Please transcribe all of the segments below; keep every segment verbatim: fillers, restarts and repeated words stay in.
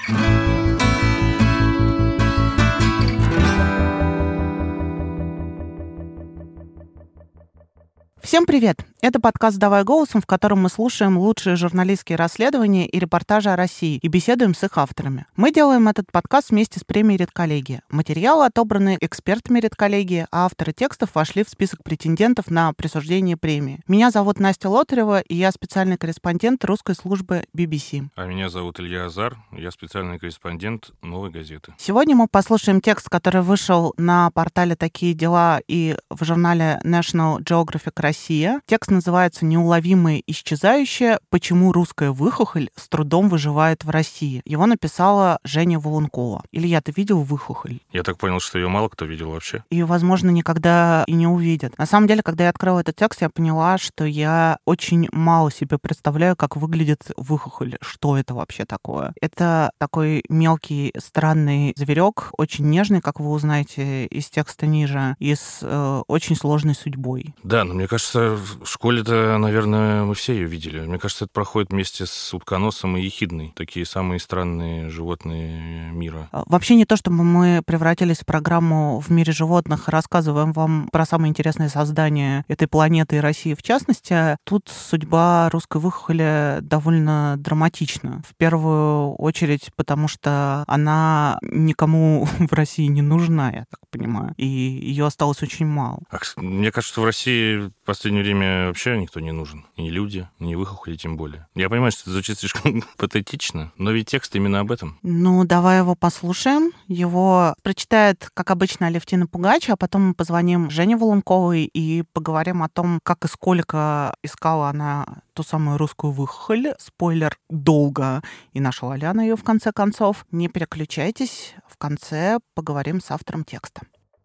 Всем привет! Это подкаст «Давай голосом», в котором мы слушаем лучшие журналистские расследования и репортажи о России и беседуем с их авторами. Мы делаем этот подкаст вместе с премией «Редколлегия». Материалы отобраны экспертами «Редколлегии», а авторы текстов вошли в список претендентов на присуждение премии. Меня зовут Настя Лотарева, и я специальный корреспондент русской службы би би си. А меня зовут Илья Азар, я специальный корреспондент «Новой газеты». Сегодня мы послушаем текст, который вышел на портале «Такие дела» и в журнале National Geographic Россия. Текст называется «Неуловимые исчезающие. Почему русская выхухоль с трудом выживает в России». Его написала Женя Волункова. Илья, ты видел выхухоль? Я так понял, что ее мало кто видел вообще. И, возможно, никогда и не увидят. На самом деле, когда я открыла этот текст, я поняла, что я очень мало себе представляю, как выглядит выхухоль. Что это вообще такое? Это такой мелкий, странный зверек, очень нежный, как вы узнаете из текста ниже, и с э, очень сложной судьбой. Да, но мне кажется, в школе-то, наверное, мы все ее видели. Мне кажется, это проходит вместе с утконосом и ехидной. Такие самые странные животные мира. Вообще не то, чтобы мы превратились в программу «В мире животных», рассказываем вам про самые интересные создания этой планеты и России в частности. Тут судьба русской выхухоли довольно драматична. В первую очередь, потому что она никому в России не нужна, я так понимаю. И ее осталось очень мало. Мне кажется, что в России в последнее время вообще никто не нужен. Ни люди, ни выхухоли тем более. Я понимаю, что это звучит слишком патетично, но ведь текст именно об этом. Ну, давай его послушаем. Его прочитает, как обычно, Алевтина Пугач, а потом мы позвоним Жене Волунковой и поговорим о том, как и сколько искала она ту самую русскую выхухоль. Спойлер, долго. И нашла ли она ее в конце концов. Не переключайтесь. В конце поговорим с автором текста.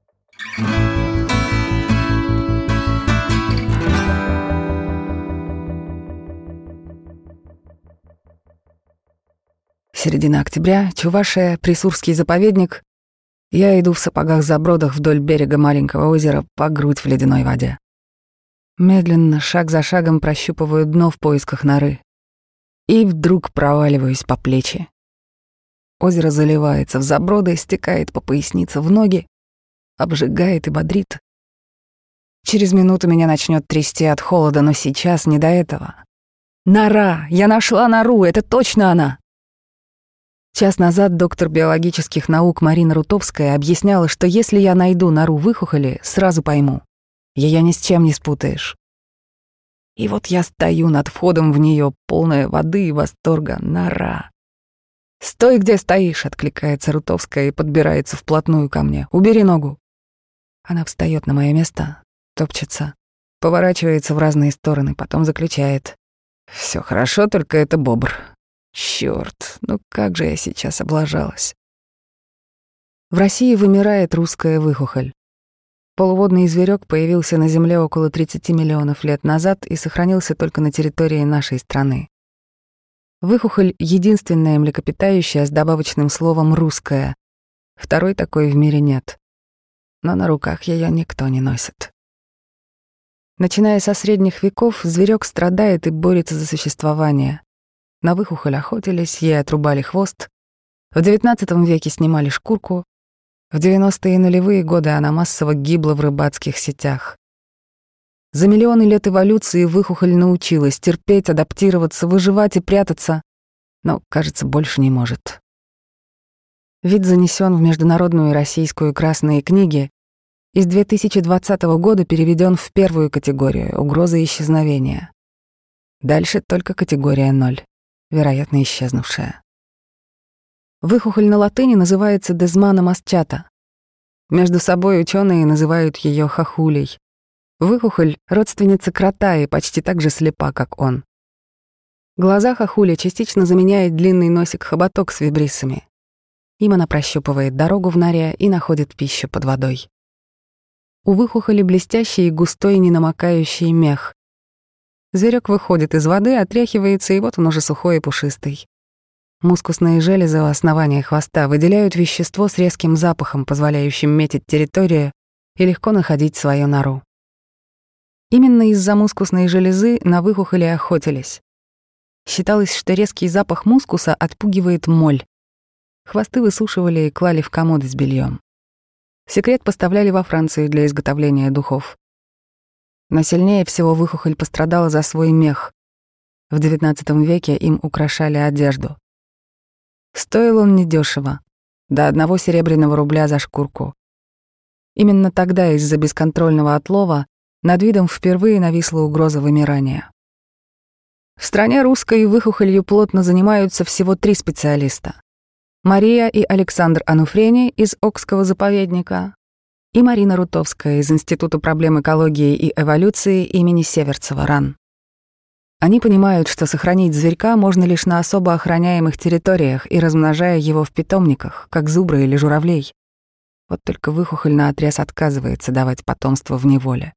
Середина октября, Чувашия, Присурский заповедник. Я иду в сапогах-забродах вдоль берега маленького озера по грудь в ледяной воде. Медленно, шаг за шагом прощупываю дно в поисках норы. И вдруг проваливаюсь по плечи. Озеро заливается в заброды, стекает по пояснице в ноги, обжигает и бодрит. Через минуту меня начнет трясти от холода, но сейчас не до этого. Нора! Я нашла нору! Это точно она! Час назад доктор биологических наук Марина Рутовская объясняла, что если я найду нору выхухоли, сразу пойму. Ее ни с чем не спутаешь. И вот я стою над входом в нее, полная воды и восторга. Нора. «Стой, где стоишь!» — откликается Рутовская и подбирается вплотную ко мне. «Убери ногу!» Она встает на мое место, топчется, поворачивается в разные стороны, потом заключает. «Все хорошо, только это бобр». Чёрт, ну как же я сейчас облажалась. В России вымирает русская выхухоль. Полуводный зверек появился на Земле около тридцати миллионов лет назад и сохранился только на территории нашей страны. Выхухоль — единственная млекопитающая с добавочным словом «русская». Второй такой в мире нет. Но на руках ее никто не носит. Начиная со средних веков, зверек страдает и борется за существование. На выхухоль охотились, ей отрубали хвост. В девятнадцатом веке снимали шкурку. В девяностые и нулевые годы она массово гибла в рыбацких сетях. За миллионы лет эволюции выхухоль научилась терпеть, адаптироваться, выживать и прятаться, но, кажется, больше не может. Вид занесен в международную и российскую красные книги и с две тысячи двадцатого года переведен в первую категорию — угроза исчезновения. Дальше только категория ноль. Вероятно, исчезнувшая. Выхухоль на латыни называется Дезмана масчата. Между собой ученые называют ее хохулей. Выхухоль — родственница крота и почти так же слепа, как он. Глаза хохули частично заменяет длинный носик-хоботок с вибриссами. Им она прощупывает дорогу в норе и находит пищу под водой. У выхухоли блестящий и густой ненамокающий мех. Зверек выходит из воды, отряхивается, и вот он уже сухой и пушистый. Мускусные железы у основания хвоста выделяют вещество с резким запахом, позволяющим метить территорию и легко находить свою нору. Именно из-за мускусной железы на выхухоли охотились. Считалось, что резкий запах мускуса отпугивает моль. Хвосты высушивали и клали в комоды с бельем. Секрет поставляли во Францию для изготовления духов. Но сильнее всего выхухоль пострадала за свой мех. В девятнадцатом веке им украшали одежду. Стоил он недешево, до одного серебряного рубля за шкурку. Именно тогда из-за бесконтрольного отлова над видом впервые нависла угроза вымирания. В стране русской выхухолью плотно занимаются всего три специалиста. Мария и Александр Ануфрени из Окского заповедника и Марина Рутовская из Института проблем экологии и эволюции имени Северцева РАН. Они понимают, что сохранить зверька можно лишь на особо охраняемых территориях и размножая его в питомниках, как зубры или журавлей. Вот только выхухоль наотрез отказывается давать потомство в неволе.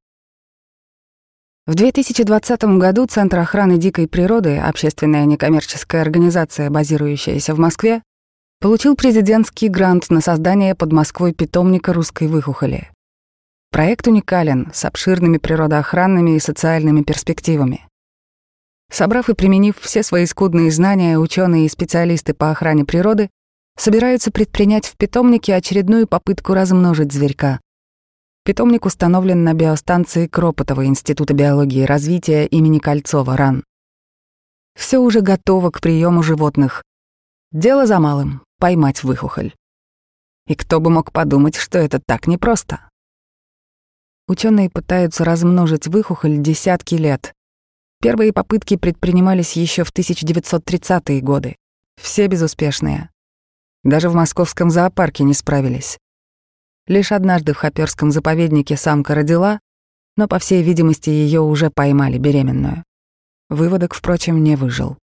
В две тысячи двадцатом году Центр охраны дикой природы, общественная некоммерческая организация, базирующаяся в Москве, получил президентский грант на создание под Москвой питомника русской выхухоли. Проект уникален, с обширными природоохранными и социальными перспективами. Собрав и применив все свои скудные знания, ученые и специалисты по охране природы собираются предпринять в питомнике очередную попытку размножить зверька. Питомник установлен на биостанции Кропотова Института биологии и развития имени Кольцова РАН. Все уже готово к приему животных. Дело за малым — поймать выхухоль. И кто бы мог подумать, что это так непросто. Ученые пытаются размножить выхухоль десятки лет. Первые попытки предпринимались еще в тысяча девятьсот тридцатые годы. Все безуспешные. Даже в московском зоопарке не справились. Лишь однажды в Хоперском заповеднике самка родила, но, по всей видимости, ее уже поймали беременную. Выводок, впрочем, не выжил.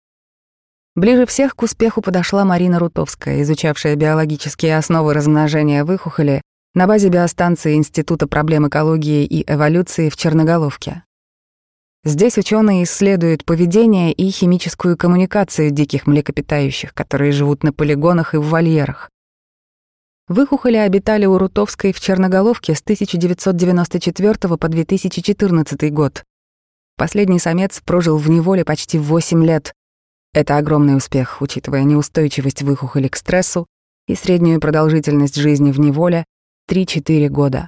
Ближе всех к успеху подошла Марина Рутовская, изучавшая биологические основы размножения выхухоли на базе биостанции Института проблем экологии и эволюции в Черноголовке. Здесь ученые исследуют поведение и химическую коммуникацию диких млекопитающих, которые живут на полигонах и в вольерах. Выхухоли обитали у Рутовской в Черноголовке с тысяча девятьсот девяносто четвёртого по две тысячи четырнадцатый год. Последний самец прожил в неволе почти восемь лет. Это огромный успех, учитывая неустойчивость выхухоли к стрессу и среднюю продолжительность жизни в неволе — три-четыре года.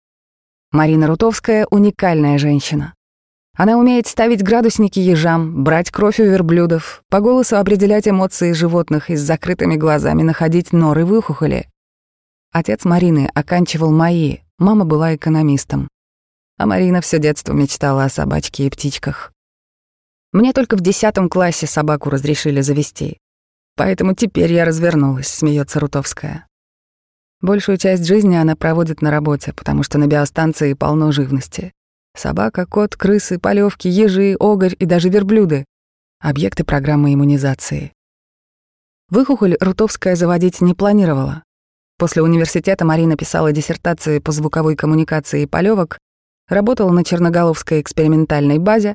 Марина Рутовская — уникальная женщина. Она умеет ставить градусники ежам, брать кровь у верблюдов, по голосу определять эмоции животных и с закрытыми глазами находить норы выхухоли. Отец Марины оканчивал МАИ, мама была экономистом. А Марина все детство мечтала о собачке и птичках. Мне только в десятом классе собаку разрешили завести. Поэтому теперь я развернулась, смеется Рутовская. Большую часть жизни она проводит на работе, потому что на биостанции полно живности. Собака, кот, крысы, полевки, ежи, огарь и даже верблюды — объекты программы иммунизации. Выхухоль Рутовская заводить не планировала. После университета Марина писала диссертацию по звуковой коммуникации полевок, работала на Черноголовской экспериментальной базе.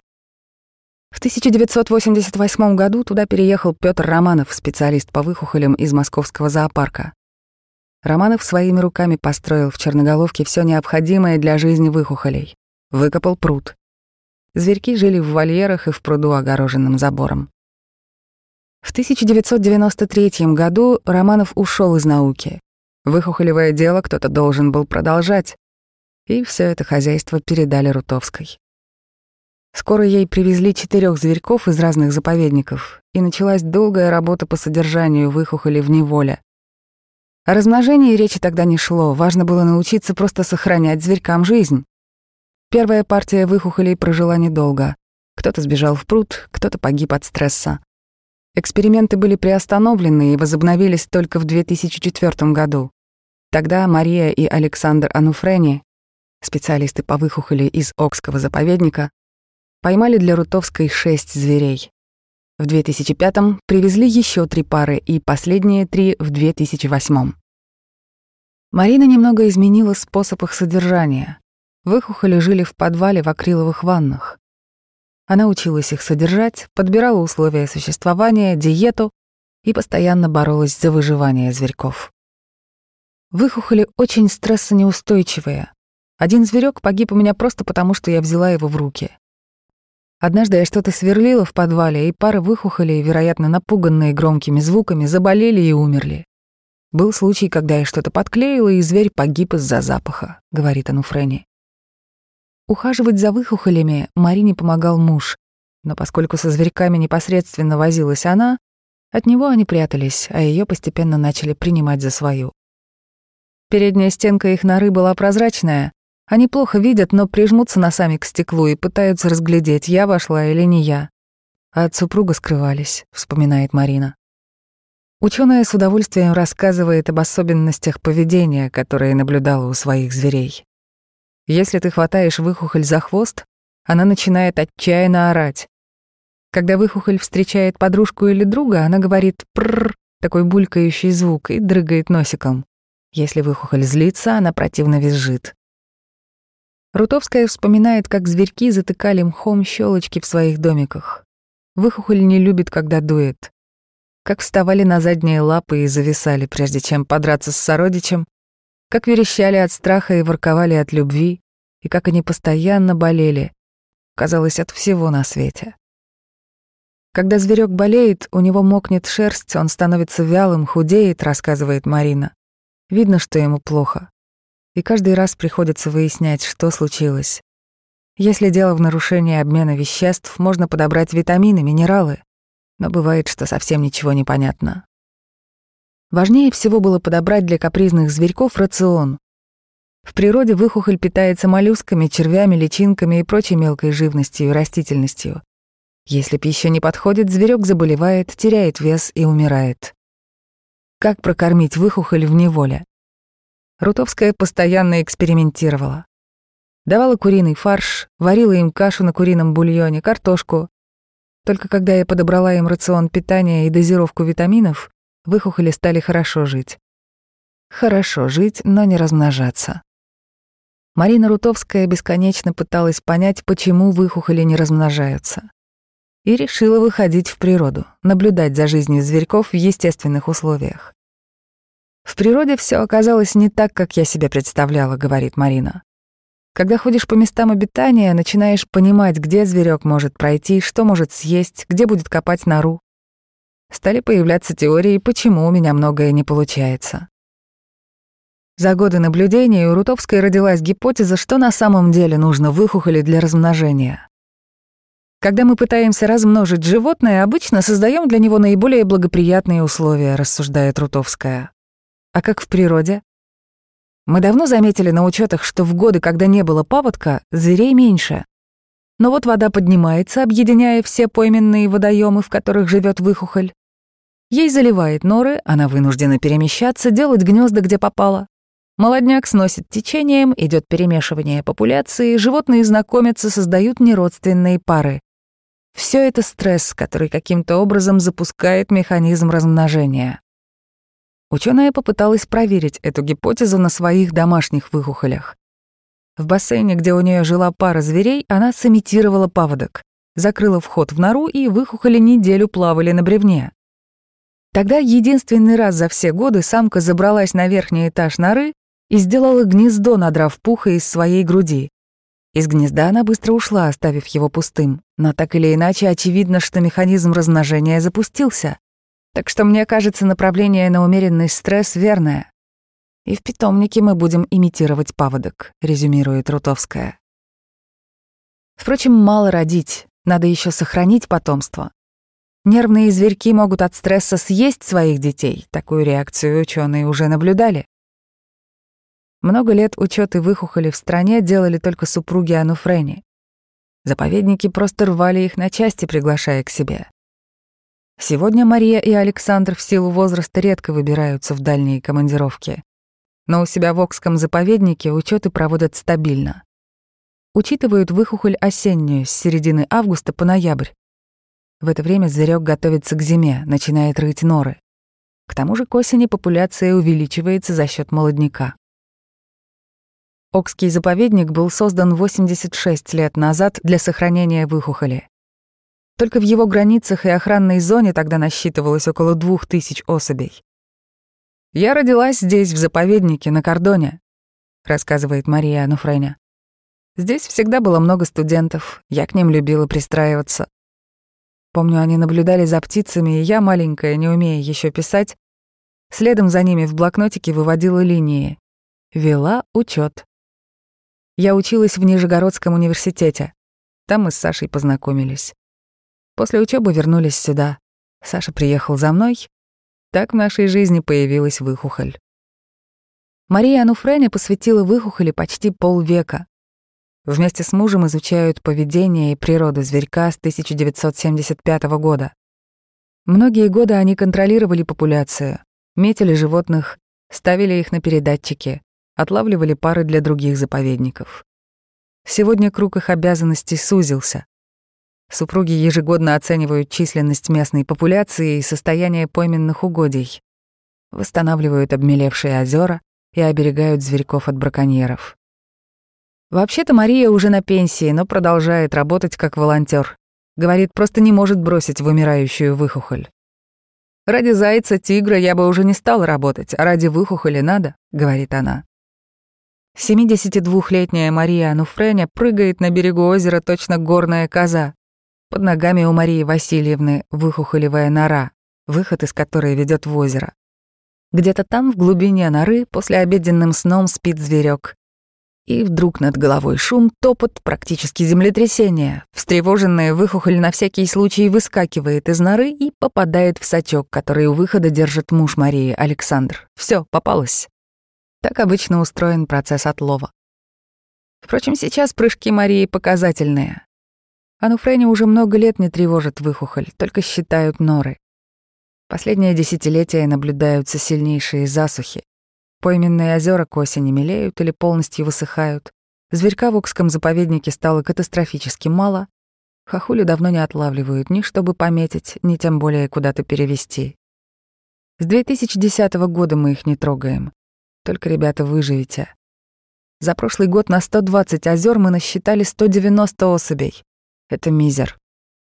В тысяча девятьсот восемьдесят восьмом году туда переехал Петр Романов, специалист по выхухолям из московского зоопарка. Романов своими руками построил в Черноголовке все необходимое для жизни выхухолей. Выкопал пруд. Зверьки жили в вольерах и в пруду, огороженном забором. В тысяча девятьсот девяносто третьем году Романов ушел из науки. Выхухолевое дело кто-то должен был продолжать. И все это хозяйство передали Рутовской. Скоро ей привезли четырех зверьков из разных заповедников, и началась долгая работа по содержанию выхухоли в неволе. О размножении речи тогда не шло, важно было научиться просто сохранять зверькам жизнь. Первая партия выхухолей прожила недолго. Кто-то сбежал в пруд, кто-то погиб от стресса. Эксперименты были приостановлены и возобновились только в две тысячи четвёртом году. Тогда Мария и Александр Ануфрени, специалисты по выхухоли из Окского заповедника, поймали для Рутовской шесть зверей. В две тысячи пятом привезли еще три пары, и последние три в две тысячи восьмом. Марина немного изменила способ их содержания. Выхухоли жили в подвале в акриловых ваннах. Она училась их содержать, подбирала условия существования, диету и постоянно боролась за выживание зверьков. Выхухоли очень стрессонеустойчивые. Один зверек погиб у меня просто потому, что я взяла его в руки. Однажды я что-то сверлила в подвале, и пара выхухолей, вероятно, напуганные громкими звуками, заболели и умерли. Был случай, когда я что-то подклеила, и зверь погиб из-за запаха, говорит Ануфрени. Ухаживать за выхухолями Марине помогал муж, но поскольку со зверьками непосредственно возилась она, от него они прятались, а ее постепенно начали принимать за свою. Передняя стенка их норы была прозрачная. Они плохо видят, но прижмутся носами к стеклу и пытаются разглядеть, я вошла или не я. А от супруга скрывались, вспоминает Марина. Ученая с удовольствием рассказывает об особенностях поведения, которые наблюдала у своих зверей. Если ты хватаешь выхухоль за хвост, она начинает отчаянно орать. Когда выхухоль встречает подружку или друга, она говорит «прррр», такой булькающий звук, и дрыгает носиком. Если выхухоль злится, она противно визжит. Рутовская вспоминает, как зверьки затыкали мхом щелочки в своих домиках. Выхухоль не любит, когда дует. Как вставали на задние лапы и зависали, прежде чем подраться с сородичем, как верещали от страха и ворковали от любви, и как они постоянно болели, казалось, от всего на свете. Когда зверек болеет, у него мокнет шерсть, он становится вялым, худеет, рассказывает Марина. Видно, что ему плохо. И каждый раз приходится выяснять, что случилось. Если дело в нарушении обмена веществ, можно подобрать витамины, минералы, но бывает, что совсем ничего не понятно. Важнее всего было подобрать для капризных зверьков рацион. В природе выхухоль питается моллюсками, червями, личинками и прочей мелкой живностью и растительностью. Если пища не подходит, зверек заболевает, теряет вес и умирает. Как прокормить выхухоль в неволе? Рутовская постоянно экспериментировала. Давала куриный фарш, варила им кашу на курином бульоне, картошку. Только когда я подобрала им рацион питания и дозировку витаминов, выхухоли стали хорошо жить. Хорошо жить, но не размножаться. Марина Рутовская бесконечно пыталась понять, почему выхухоли не размножаются. И решила выходить в природу, наблюдать за жизнью зверьков в естественных условиях. В природе все оказалось не так, как я себе представляла, говорит Марина. Когда ходишь по местам обитания, начинаешь понимать, где зверек может пройти, что может съесть, где будет копать нору. Стали появляться теории, почему у меня многое не получается. За годы наблюдений у Рутовской родилась гипотеза, что на самом деле нужно выхухоли для размножения. Когда мы пытаемся размножить животное, обычно создаем для него наиболее благоприятные условия, рассуждает Рутовская. А как в природе? Мы давно заметили на учетах, что в годы, когда не было паводка, зверей меньше. Но вот вода поднимается, объединяя все пойменные водоемы, в которых живет выхухоль. Ей заливает норы, она вынуждена перемещаться, делать гнезда, где попало. Молодняк сносит течением, идет перемешивание популяции, животные знакомятся, создают неродственные пары. Все это стресс, который каким-то образом запускает механизм размножения. Ученая попыталась проверить эту гипотезу на своих домашних выхухолях. В бассейне, где у нее жила пара зверей, она сымитировала паводок, закрыла вход в нору, и выхухоли неделю плавали на бревне. Тогда единственный раз за все годы самка забралась на верхний этаж норы и сделала гнездо, надрав пуха из своей груди. Из гнезда она быстро ушла, оставив его пустым, но так или иначе очевидно, что механизм размножения запустился. Так что, мне кажется, направление на умеренный стресс верное. И в питомнике мы будем имитировать паводок, резюмирует Рутовская. Впрочем, мало родить, надо еще сохранить потомство. Нервные зверьки могут от стресса съесть своих детей, такую реакцию ученые уже наблюдали. Много лет учеты выхухоли в стране делали только супруги Ануфрени. Заповедники просто рвали их на части, приглашая к себе. Сегодня Мария и Александр в силу возраста редко выбираются в дальние командировки. Но у себя в Окском заповеднике учеты проводят стабильно. Учитывают выхухоль осеннюю с середины августа по ноябрь. В это время зверек готовится к зиме, начинает рыть норы. К тому же к осени популяция увеличивается за счет молодняка. Окский заповедник был создан восемьдесят шесть лет назад для сохранения выхухоли. Только в его границах и охранной зоне тогда насчитывалось около двух тысяч особей. «Я родилась здесь, в заповеднике, на кордоне», — рассказывает Мария Ануфреня. «Здесь всегда было много студентов, я к ним любила пристраиваться. Помню, они наблюдали за птицами, и я, маленькая, не умея еще писать, Следом за ними в блокнотике выводила линии. Вела учет. Я училась в Нижегородском университете. Там мы с Сашей познакомились. После учебы вернулись сюда. Саша приехал за мной. Так в нашей жизни появилась Выхухоль. Мария Ануфреня посвятила Выхухоли почти полвека. Вместе с мужем изучают поведение и природу зверька с тысяча девятьсот семьдесят пятого года. Многие годы они контролировали популяцию, метили животных, ставили их на передатчики, отлавливали пары для других заповедников. Сегодня круг их обязанностей сузился. Супруги ежегодно оценивают численность местной популяции и состояние пойменных угодий, восстанавливают обмелевшие озера и оберегают зверьков от браконьеров. Вообще-то Мария уже на пенсии, но продолжает работать как волонтер. Говорит, просто не может бросить вымирающую Выхухоль. «Ради зайца, тигра я бы уже не стала работать, а ради Выхухоли надо», — говорит она. семидесятидвухлетняя Мария Ануфреня прыгает на берегу озера точно горная коза. Под ногами у Марии Васильевны выхухолевая нора, выход из которой ведет в озеро. Где-то там, в глубине норы, после обеденным сном спит зверек. И вдруг над головой шум, топот, практически землетрясение. Встревоженная Выхухоль на всякий случай выскакивает из норы и попадает в сачок, который у выхода держит муж Марии, Александр. Все, попалась. Так обычно устроен процесс отлова. Впрочем, сейчас прыжки Марии показательные. Ануфреня уже много лет не тревожит Выхухоль, только считают норы. Последнее десятилетие наблюдаются сильнейшие засухи. Пойменные озера к осени мелеют или полностью высыхают. Зверька в Окском заповеднике стало катастрофически мало. Хохулю давно не отлавливают ни чтобы пометить, ни тем более куда-то перевести. С две тысячи десятого года мы их не трогаем. Только, ребята, выживете. За прошлый год на сто двадцать озер мы насчитали сто девяносто особей. Это мизер.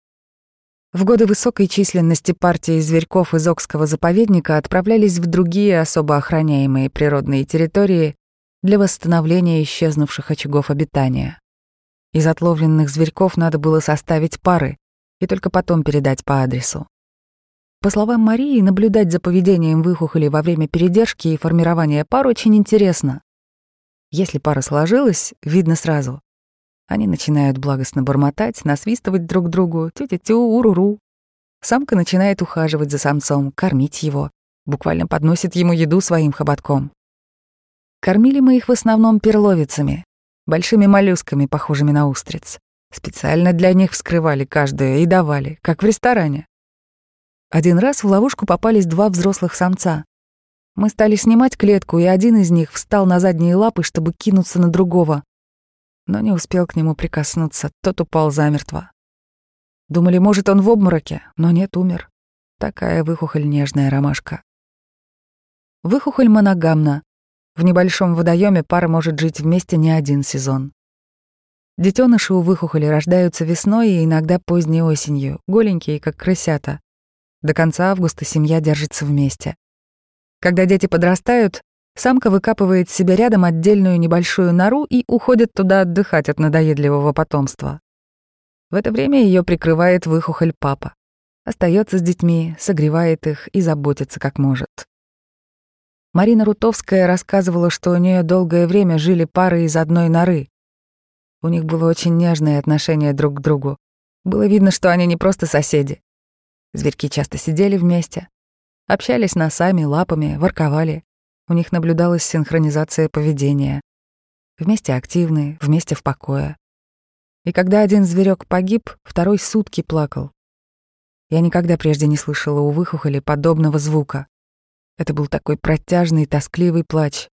В годы высокой численности партии зверьков из Окского заповедника отправлялись в другие особо охраняемые природные территории для восстановления исчезнувших очагов обитания. Из отловленных зверьков надо было составить пары и только потом передать по адресу. По словам Марии, наблюдать за поведением Выхухоли во время передержки и формирования пар очень интересно. Если пара сложилась, видно сразу. Они начинают благостно бормотать, насвистывать друг другу «тю-тю-тю, уру-ру». Самка начинает ухаживать за самцом, кормить его, буквально подносит ему еду своим хоботком. Кормили мы их в основном перловицами, большими моллюсками, похожими на устриц. Специально для них вскрывали каждую и давали, как в ресторане. Один раз в ловушку попались два взрослых самца. Мы стали снимать клетку, и один из них встал на задние лапы, чтобы кинуться на другого. Но не успел к нему прикоснуться, тот упал замертво. Думали, может, он в обмороке, но нет, умер. Такая Выхухоль нежная ромашка. Выхухоль моногамна. В небольшом водоеме пара может жить вместе не один сезон. Детеныши у Выхухоли рождаются весной и иногда поздней осенью, голенькие, как крысята. До конца августа семья держится вместе. Когда дети подрастают, самка выкапывает себе рядом отдельную небольшую нору и уходит туда отдыхать от надоедливого потомства. В это время ее прикрывает Выхухоль папа. Остается с детьми, согревает их и заботится как может. Марина Рутовская рассказывала, что у нее долгое время жили пары из одной норы. У них было очень нежное отношение друг к другу. Было видно, что они не просто соседи. Зверьки часто сидели вместе, общались носами, лапами, ворковали. У них наблюдалась синхронизация поведения. Вместе активны, вместе в покое. И когда один зверек погиб, второй сутки плакал. Я никогда прежде не слышала у Выхухоли подобного звука. Это был такой протяжный, тоскливый плач.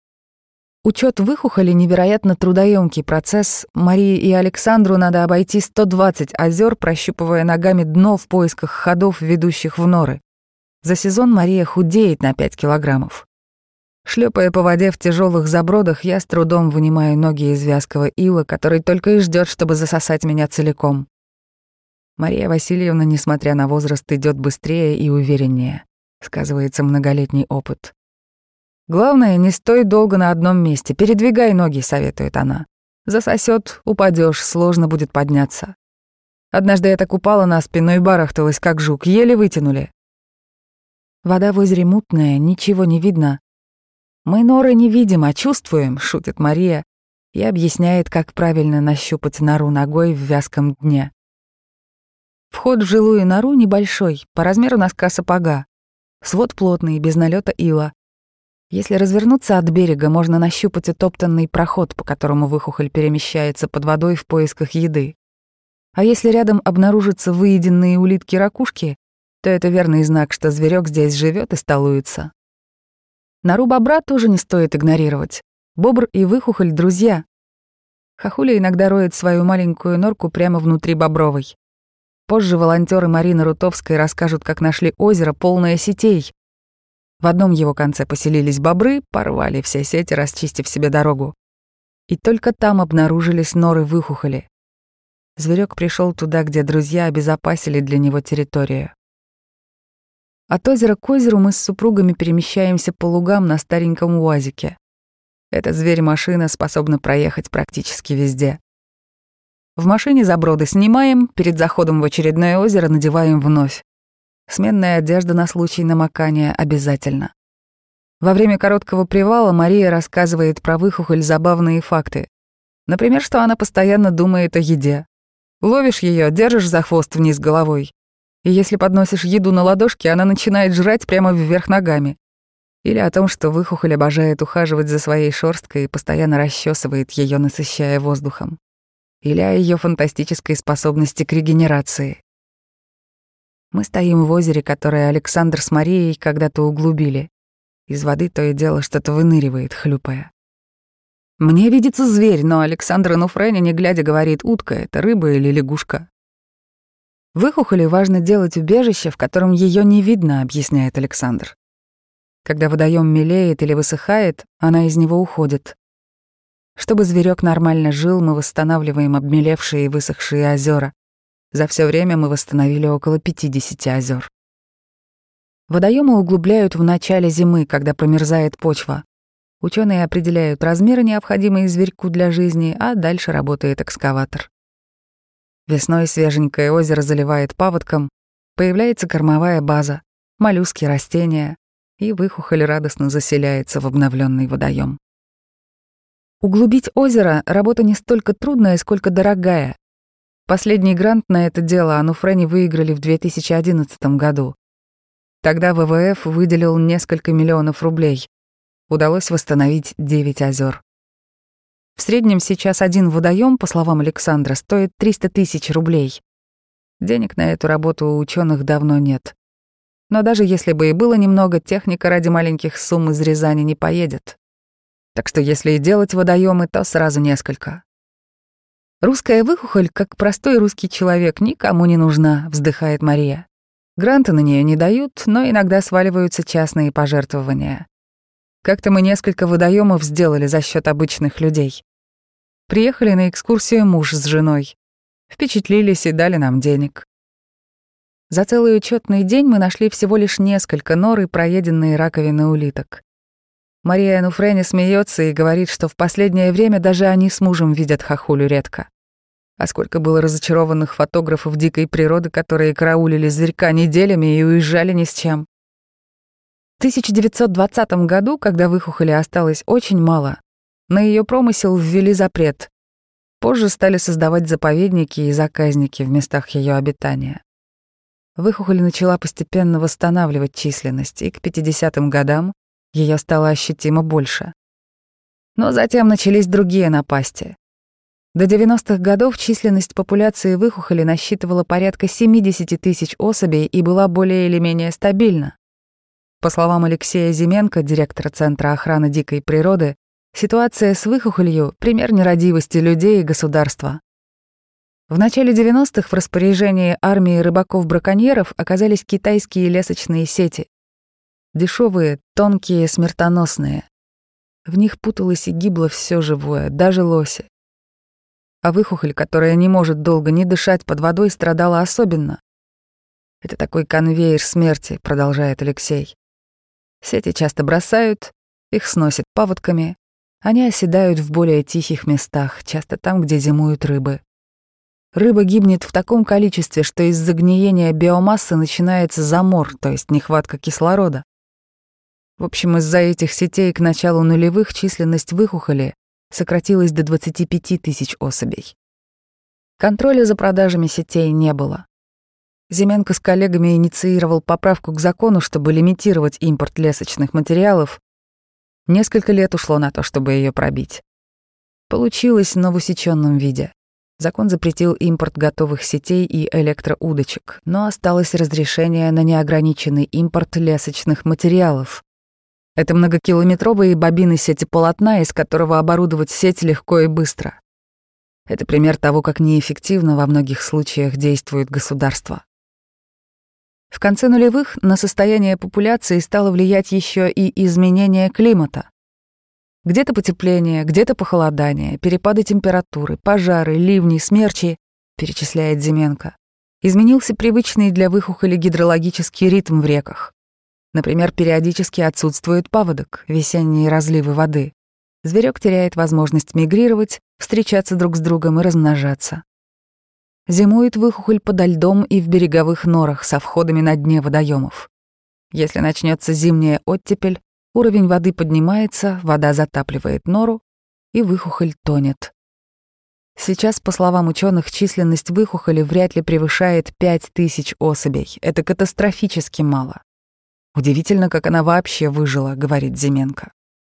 Учет Выхухоли — невероятно трудоемкий процесс. Марии и Александру надо обойти сто двадцать озер, прощупывая ногами дно в поисках ходов, ведущих в норы. За сезон Мария худеет на пять килограммов. Шлепая по воде в тяжелых забродах, я с трудом вынимаю ноги из вязкого ила, который только и ждет, чтобы засосать меня целиком. Мария Васильевна, несмотря на возраст, идет быстрее и увереннее. Сказывается многолетний опыт. «Главное, не стой долго на одном месте, передвигай ноги», — советует она. «Засосет, упадешь, сложно будет подняться». Однажды я так упала на спину и барахталась, как жук, еле вытянули. Вода в озере мутная, ничего не видно. «Мы норы не видим, а чувствуем», — шутит Мария и объясняет, как правильно нащупать нору ногой в вязком дне. Вход в жилую нору небольшой, по размеру носка сапога. Свод плотный, без налета ила. Если развернуться от берега, можно нащупать утоптанный проход, по которому выхухоль перемещается под водой в поисках еды. А если рядом обнаружатся выеденные улитки-ракушки, то это верный знак, что зверек здесь живет и столуется. Нору бобра тоже не стоит игнорировать. Бобр и выхухоль — друзья. Хохуля иногда роет свою маленькую норку прямо внутри бобровой. Позже волонтеры Марины Рутовской расскажут, как нашли озеро, полное сетей. В одном его конце поселились бобры, порвали все сети, расчистив себе дорогу. И только там обнаружились норы выхухоли. Зверек пришел туда, где друзья обезопасили для него территорию. От озера к озеру мы с супругами перемещаемся по лугам на стареньком УАЗике. Эта зверь-машина способна проехать практически везде. В машине заброды снимаем, перед заходом в очередное озеро надеваем вновь. Сменная одежда на случай намокания обязательно. Во время короткого привала Мария рассказывает про выхухоль забавные факты. Например, что она постоянно думает о еде. Ловишь ее, держишь за хвост вниз головой. И если подносишь еду на ладошки, она начинает жрать прямо вверх ногами. Или о том, что выхухоль обожает ухаживать за своей шерсткой и постоянно расчесывает ее, насыщая воздухом. Или о ее фантастической способности к регенерации. Мы стоим в озере, которое Александр с Марией когда-то углубили. Из воды то и дело что-то выныривает, хлюпая. Мне видится зверь, но Александр Нуфреня, не глядя, говорит: утка — это рыба или лягушка. Выхухоли важно делать убежище, в котором ее не видно, объясняет Александр. Когда водоем мелеет или высыхает, она из него уходит. Чтобы зверек нормально жил, мы восстанавливаем обмелевшие и высохшие озера. За все время мы восстановили около пятидесяти озер. Водоемы углубляют в начале зимы, когда промерзает почва. Ученые определяют размеры, необходимые зверьку для жизни, а дальше работает экскаватор. Весной свеженькое озеро заливает паводком, появляется кормовая база, моллюски, растения, и выхухоль радостно заселяется в обновленный водоем. Углубить озеро — работа не столько трудная, сколько дорогая. Последний грант на это дело Ануфрени выиграли в две тысячи одиннадцатом году. Тогда вэ вэ эф выделил несколько миллионов рублей. Удалось восстановить девять озер. В среднем сейчас один водоем, по словам Александра, стоит триста тысяч рублей. Денег на эту работу у ученых давно нет. Но даже если бы и было немного, техника ради маленьких сумм из Рязани не поедет. Так что если и делать водоемы, то сразу несколько. Русская выхухоль, как простой русский человек, никому не нужна, вздыхает Мария. Гранты на нее не дают, но иногда сваливаются частные пожертвования. Как-то мы несколько водоемов сделали за счет обычных людей. Приехали на экскурсию муж с женой. Впечатлились и дали нам денег. За целый учетный день мы нашли всего лишь несколько нор и проеденные раковины улиток. Мария Ануфреня смеется и говорит, что в последнее время даже они с мужем видят хохулю редко. А сколько было разочарованных фотографов дикой природы, которые караулили зверька неделями и уезжали ни с чем. В тысяча девятьсот двадцатом году, когда выхухоли осталось очень мало, на ее промысел ввели запрет. Позже стали создавать заповедники и заказники в местах ее обитания. Выхухоль начала постепенно восстанавливать численность, и к пятидесятым годам ее стало ощутимо больше. Но затем начались другие напасти. До девяностых годов численность популяции выхухоли насчитывала порядка семидесяти тысяч особей и была более или менее стабильна. По словам Алексея Зименко, директора Центра охраны дикой природы, ситуация с выхухолью — пример нерадивости людей и государства. В начале девяностых в распоряжении армии рыбаков-браконьеров оказались китайские лесочные сети. Дешевые, тонкие, смертоносные. В них путалось и гибло все живое, даже лоси. А выхухоль, которая не может долго не дышать под водой, страдала особенно. «Это такой конвейер смерти», — продолжает Алексей. Сети часто бросают, их сносят паводками, они оседают в более тихих местах, часто там, где зимуют рыбы. Рыба гибнет в таком количестве, что из-за гниения биомассы начинается замор, то есть нехватка кислорода. В общем, из-за этих сетей к началу нулевых численность выхухоли сократилась до двадцати пяти тысяч особей. Контроля за продажами сетей не было. Зименко с коллегами инициировал поправку к закону, чтобы лимитировать импорт лесочных материалов. Несколько лет ушло на то, чтобы ее пробить. Получилось, но в усеченном виде. Закон запретил импорт готовых сетей и электроудочек, но осталось разрешение на неограниченный импорт лесочных материалов. Это многокилометровые бобины сети полотна, из которого оборудовать сеть легко и быстро. Это пример того, как неэффективно во многих случаях действует государство. В конце нулевых на состояние популяции стало влиять еще и изменение климата. Где-то потепление, где-то похолодание, перепады температуры, пожары, ливни, смерчи, перечисляет Зименко. Изменился привычный для выхухоли гидрологический ритм в реках. Например, периодически отсутствует паводок, весенние разливы воды. Зверек теряет возможность мигрировать, встречаться друг с другом и размножаться. Зимует выхухоль подо льдом и в береговых норах со входами на дне водоемов. Если начнется зимняя оттепель, уровень воды поднимается, вода затапливает нору, и выхухоль тонет. Сейчас, по словам ученых, численность выхухоли вряд ли превышает пять тысяч особей. Это катастрофически мало. Удивительно, как она вообще выжила, говорит Зименко.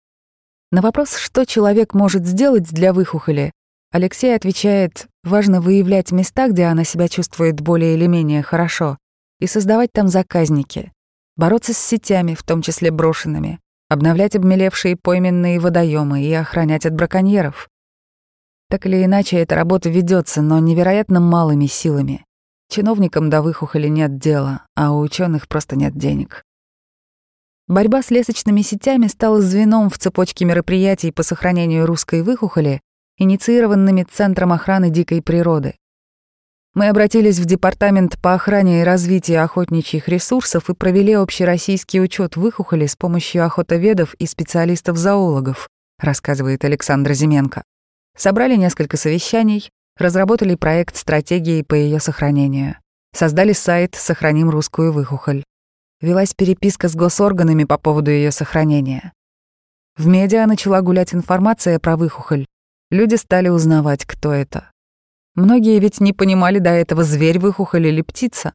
На вопрос, что человек может сделать для выхухоли, Алексей отвечает: важно выявлять места, где она себя чувствует более или менее хорошо, и создавать там заказники, бороться с сетями, в том числе брошенными, обновлять обмелевшие пойменные водоемы и охранять от браконьеров. Так или иначе, эта работа ведется, но невероятно малыми силами. Чиновникам до выхухоли нет дела, а у ученых просто нет денег. Борьба с лесочными сетями стала звеном в цепочке мероприятий по сохранению русской выхухоли, инициированными Центром охраны дикой природы. Мы обратились в Департамент по охране и развитию охотничьих ресурсов и провели общероссийский учет выхухоли с помощью охотоведов и специалистов-зоологов, рассказывает Александр Зименко. Собрали несколько совещаний, разработали проект стратегии по ее сохранению, создали сайт «Сохраним русскую выхухоль». Велась переписка с госорганами по поводу ее сохранения. В медиа начала гулять информация про выхухоль. Люди стали узнавать, кто это. Многие ведь не понимали до этого, зверь выхухоль или птица.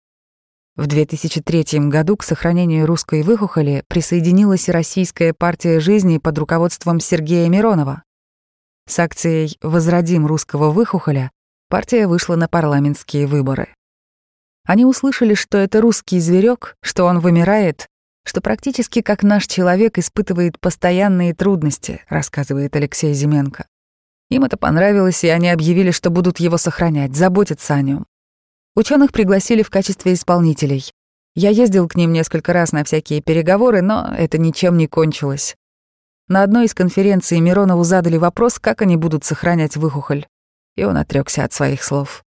В две тысячи третьем году к сохранению русской выхухоли присоединилась и Российская партия жизни под руководством Сергея Миронова. С акцией «Возродим русского выхухоля» партия вышла на парламентские выборы. Они услышали, что это русский зверек, что он вымирает, что практически как наш человек испытывает постоянные трудности, рассказывает Алексей Зименко. Им это понравилось, и они объявили, что будут его сохранять, заботиться о нем. Ученых пригласили в качестве исполнителей. Я ездил к ним несколько раз на всякие переговоры, но это ничем не кончилось. На одной из конференций Миронову задали вопрос, как они будут сохранять выхухоль, и он отрёкся от своих слов.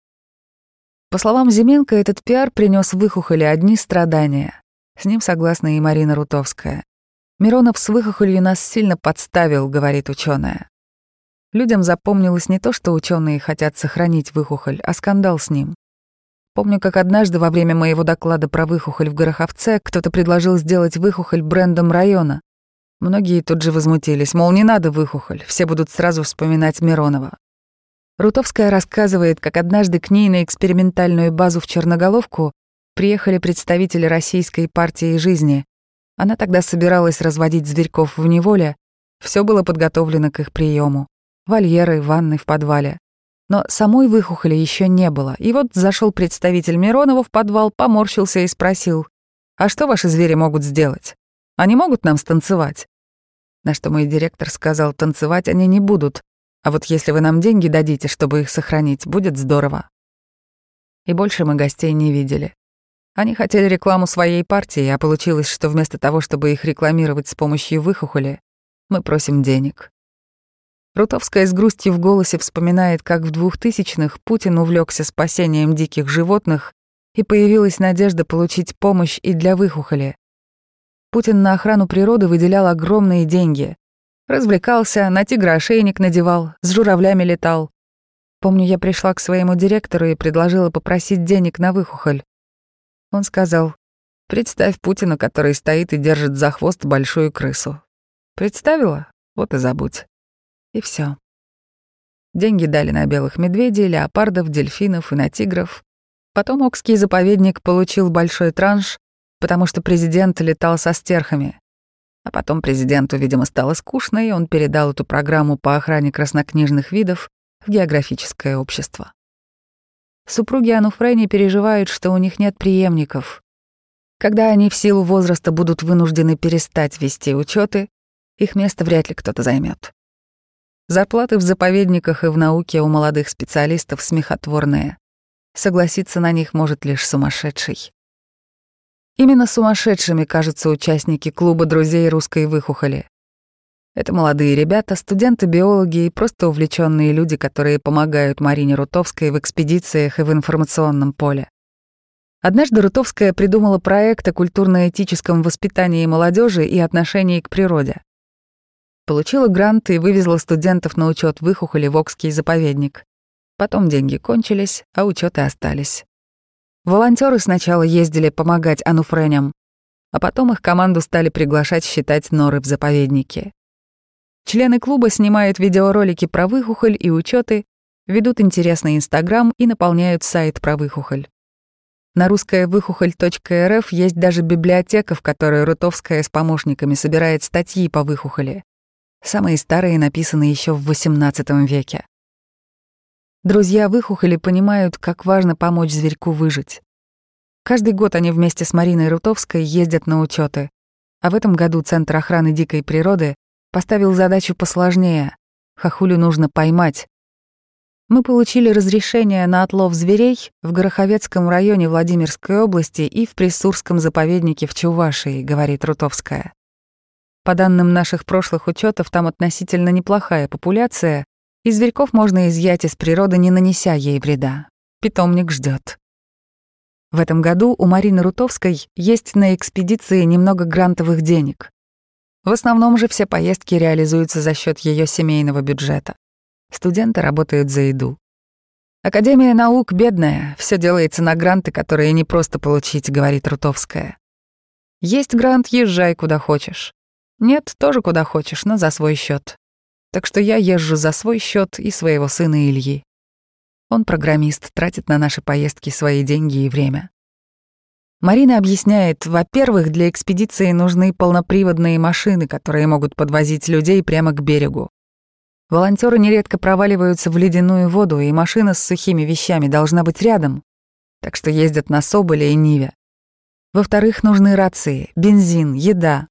По словам Зименко, этот пиар принес выхухоли одни страдания. С ним согласна и Марина Рутовская. Миронов с выхухолью нас сильно подставил, говорит ученая. Людям запомнилось не то, что ученые хотят сохранить выхухоль, а скандал с ним. Помню, как однажды во время моего доклада про выхухоль в Гороховце кто-то предложил сделать выхухоль брендом района. Многие тут же возмутились, мол, не надо выхухоль, все будут сразу вспоминать Миронова. Рутовская рассказывает, как однажды к ней на экспериментальную базу в Черноголовку приехали представители Российской партии жизни. Она тогда собиралась разводить зверьков в неволе, все было подготовлено к их приему. Вольеры, ванны в подвале. Но самой выхухоли еще не было, и вот зашел представитель Миронова в подвал, поморщился и спросил: «А что ваши звери могут сделать? Они могут нам станцевать?» На что мой директор сказал: «Танцевать они не будут, а вот если вы нам деньги дадите, чтобы их сохранить, будет здорово». И больше мы гостей не видели. Они хотели рекламу своей партии, а получилось, что вместо того, чтобы их рекламировать с помощью выхухоли, мы просим денег. Рутовская с грустью в голосе вспоминает, как в двухтысячных Путин увлекся спасением диких животных, и появилась надежда получить помощь и для выхухоли. Путин на охрану природы выделял огромные деньги. Развлекался, на тигра ошейник надевал, с журавлями летал. Помню, я пришла к своему директору и предложила попросить денег на выхухоль. Он сказал: «Представь Путина, который стоит и держит за хвост большую крысу. Представила? Вот и забудь». И все. Деньги дали на белых медведей, леопардов, дельфинов и на тигров. Потом Окский заповедник получил большой транш, потому что президент летал со стерхами. А потом президенту, видимо, стало скучно, и он передал эту программу по охране краснокнижных видов в географическое общество. Супруги Онуфрени переживают, что у них нет преемников. Когда они в силу возраста будут вынуждены перестать вести учеты, их место вряд ли кто-то займет. Зарплаты в заповедниках и в науке у молодых специалистов смехотворные. Согласиться на них может лишь сумасшедший. Именно сумасшедшими кажутся участники клуба друзей русской выхухоли. Это молодые ребята, студенты-биологи и просто увлеченные люди, которые помогают Марине Рутовской в экспедициях и в информационном поле. Однажды Рутовская придумала проект о культурно-этическом воспитании молодежи и отношении к природе. Получила грант и вывезла студентов на учет выхухоли в Окский заповедник. Потом деньги кончились, а учеты остались. Волонтеры сначала ездили помогать онуфреням, а потом их команду стали приглашать считать норы в заповеднике. Члены клуба снимают видеоролики про выхухоль и учеты, ведут интересный Инстаграм и наполняют сайт про выхухоль. На русская выхухоль точка эр эф есть даже библиотека, в которой Рутовская с помощниками собирает статьи по выхухоли. Самые старые написаны еще в восемнадцатом веке. Друзья выхухоли понимают, как важно помочь зверьку выжить. Каждый год они вместе с Мариной Рутовской ездят на учеты, а в этом году Центр охраны дикой природы поставил задачу посложнее — хохулю нужно поймать. Мы получили разрешение на отлов зверей в Гороховецком районе Владимирской области и в Приссурском заповеднике в Чувашии, говорит Рутовская. По данным наших прошлых учетов, там относительно неплохая популяция, и зверьков можно изъять из природы, не нанеся ей вреда. Питомник ждет. В этом году у Марины Рутовской есть на экспедиции немного грантовых денег. В основном же все поездки реализуются за счет ее семейного бюджета. Студенты работают за еду. Академия наук бедная, все делается на гранты, которые не просто получить, говорит Рутовская. Есть грант — езжай куда хочешь. Нет, тоже куда хочешь, но за свой счет. Так что я езжу за свой счет и своего сына Ильи. Он программист, тратит на наши поездки свои деньги и время. Марина объясняет, во-первых, для экспедиции нужны полноприводные машины, которые могут подвозить людей прямо к берегу. Волонтеры нередко проваливаются в ледяную воду, и машина с сухими вещами должна быть рядом, так что ездят на Соболе и Ниве. Во-вторых, нужны рации, бензин, еда.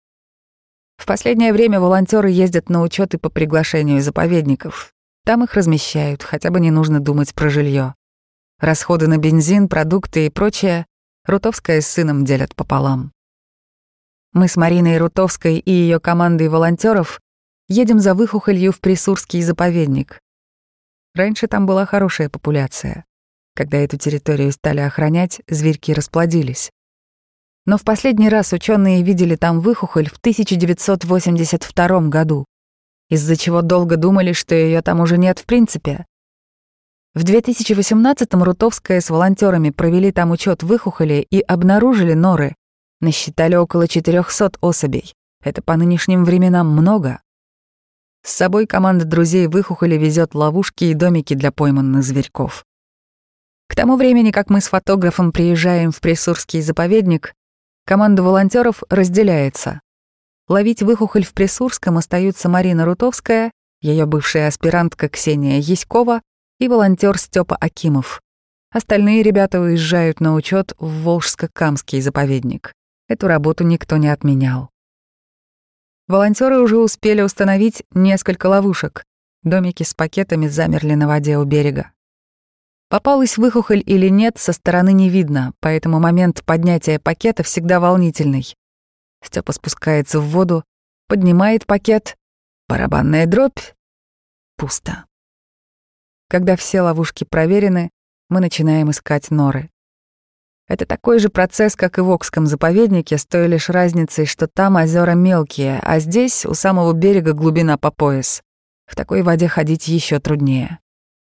В последнее время волонтеры ездят на учеты по приглашению заповедников. Там их размещают, хотя бы не нужно думать про жилье. Расходы на бензин, продукты и прочее Рутовская с сыном делят пополам. Мы с Мариной Рутовской и ее командой волонтеров едем за выхухолью в Приссурский заповедник. Раньше там была хорошая популяция. Когда эту территорию стали охранять, зверьки расплодились. Но в последний раз ученые видели там выхухоль в тысяча девятьсот восемьдесят втором году, из-за чего долго думали, что ее там уже нет в принципе. В две тысячи восемнадцатом Рутовская с волонтерами провели там учет выхухоли и обнаружили норы. Насчитали около четырёхсот особей. Это по нынешним временам много. С собой команда друзей выхухоли везет ловушки и домики для пойманных зверьков. К тому времени, как мы с фотографом приезжаем в Приссурский заповедник, команда волонтеров разделяется. Ловить выхухоль в Приссурском остаются Марина Рутовская, ее бывшая аспирантка Ксения Яськова и волонтер Степа Акимов. Остальные ребята уезжают на учет в Волжско-Камский заповедник. Эту работу никто не отменял. Волонтеры уже успели установить несколько ловушек. Домики с пакетами замерли на воде у берега. Попалась выхухоль или нет, со стороны не видно, поэтому момент поднятия пакета всегда волнительный. Степа спускается в воду, поднимает пакет, барабанная дробь. Пусто. Когда все ловушки проверены, мы начинаем искать норы. Это такой же процесс, как и в Окском заповеднике, с той лишь разницей, что там озера мелкие, а здесь у самого берега глубина по пояс. В такой воде ходить еще труднее.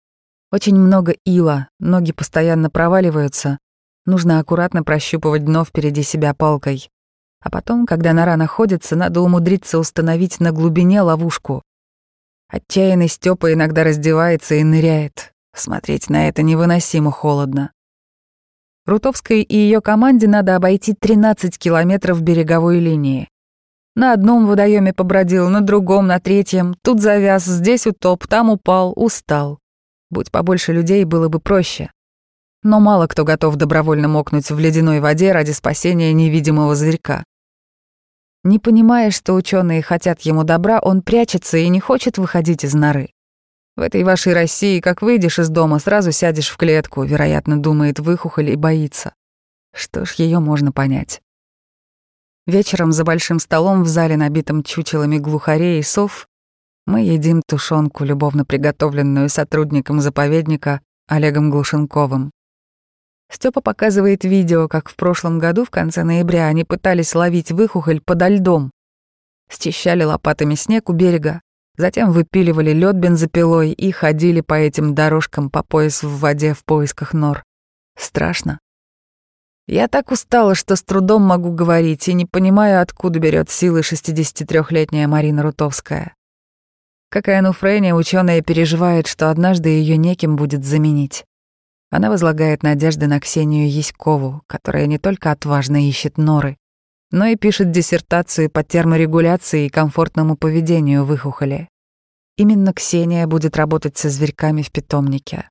Очень много ила, ноги постоянно проваливаются, нужно аккуратно прощупывать дно впереди себя палкой. А потом, когда нора находится, надо умудриться установить на глубине ловушку. Отчаянный Стёпа иногда раздевается и ныряет. Смотреть на это невыносимо холодно. Рутовской и ее команде надо обойти тринадцать километров береговой линии. На одном водоеме побродил, на другом, на третьем. Тут завяз, здесь утоп, там упал, устал. Будь побольше людей, было бы проще. Но мало кто готов добровольно мокнуть в ледяной воде ради спасения невидимого зверька. Не понимая, что ученые хотят ему добра, он прячется и не хочет выходить из норы. В этой вашей России, как выйдешь из дома, сразу сядешь в клетку, вероятно, думает выхухоль и боится. Что ж, ее можно понять. Вечером за большим столом в зале, набитом чучелами глухарей и сов, мы едим тушенку, любовно приготовленную сотрудником заповедника Олегом Глушенковым. Степа показывает видео, как в прошлом году в конце ноября они пытались ловить выхухоль подо льдом. Счищали лопатами снег у берега, затем выпиливали лед бензопилой и ходили по этим дорожкам по пояс в воде в поисках нор. Страшно. Я так устала, что с трудом могу говорить и не понимаю, откуда берет силы шестидесятитрёхлетняя Марина Рутовская. Как и Ануфрения, ученая переживает, что однажды ее неким будет заменить. Она возлагает надежды на Ксению Яськову, которая не только отважно ищет норы, но и пишет диссертацию по терморегуляции и комфортному поведению выхухоли. Именно Ксения будет работать со зверьками в питомнике.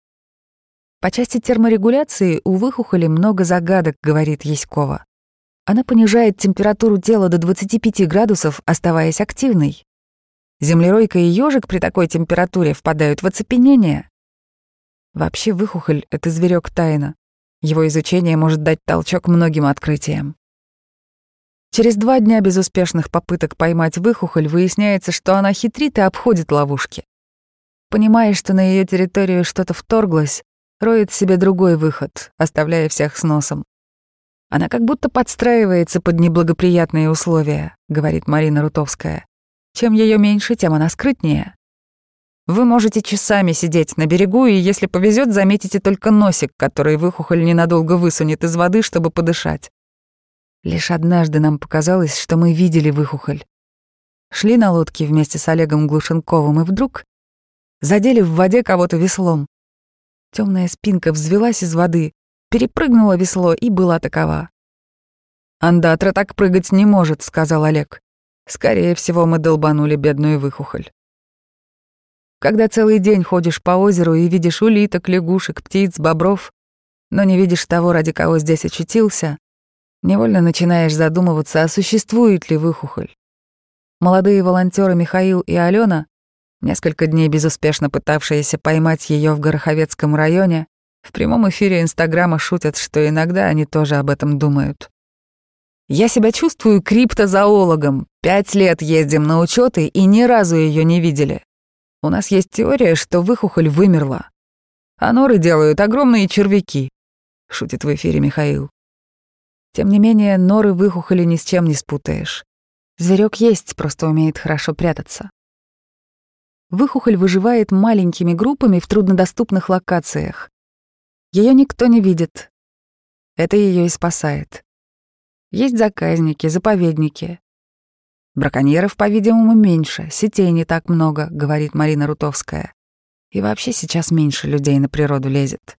По части терморегуляции у выхухоли много загадок, говорит Яськова. Она понижает температуру тела до двадцати пяти градусов, оставаясь активной. Землеройка и ежик при такой температуре впадают в оцепенение. Вообще выхухоль — это зверек тайна. Его изучение может дать толчок многим открытиям. Через два дня безуспешных попыток поймать выхухоль выясняется, что она хитрит и обходит ловушки. Понимая, что на ее территорию что-то вторглось, роет себе другой выход, оставляя всех с носом. Она как будто подстраивается под неблагоприятные условия, говорит Марина Рутовская. Чем ее меньше, тем она скрытнее. Вы можете часами сидеть на берегу, и, если повезет, заметите только носик, который выхухоль ненадолго высунет из воды, чтобы подышать. Лишь однажды нам показалось, что мы видели выхухоль. Шли на лодке вместе с Олегом Глушенковым, и вдруг задели в воде кого-то веслом. Темная спинка взвелась из воды, перепрыгнула весло и была такова. «Андатра так прыгать не может», — сказал Олег. «Скорее всего, мы долбанули бедную выхухоль». Когда целый день ходишь по озеру и видишь улиток, лягушек, птиц, бобров, но не видишь того, ради кого здесь очутился, невольно начинаешь задумываться, а существует ли выхухоль. Молодые волонтеры Михаил и Алена, несколько дней безуспешно пытавшиеся поймать ее в Гороховецком районе, в прямом эфире Инстаграма шутят, что иногда они тоже об этом думают. «Я себя чувствую криптозоологом. Пять лет ездим на учеты и ни разу ее не видели. У нас есть теория, что выхухоль вымерла. А норы делают огромные червяки», — шутит в эфире Михаил. Тем не менее, норы выхухоли ни с чем не спутаешь. Зверек есть, просто умеет хорошо прятаться. Выхухоль выживает маленькими группами в труднодоступных локациях. Ее никто не видит. Это ее и спасает. Есть заказники, заповедники. Браконьеров, по-видимому, меньше, сетей не так много, говорит Марина Рутовская. И вообще сейчас меньше людей на природу лезет.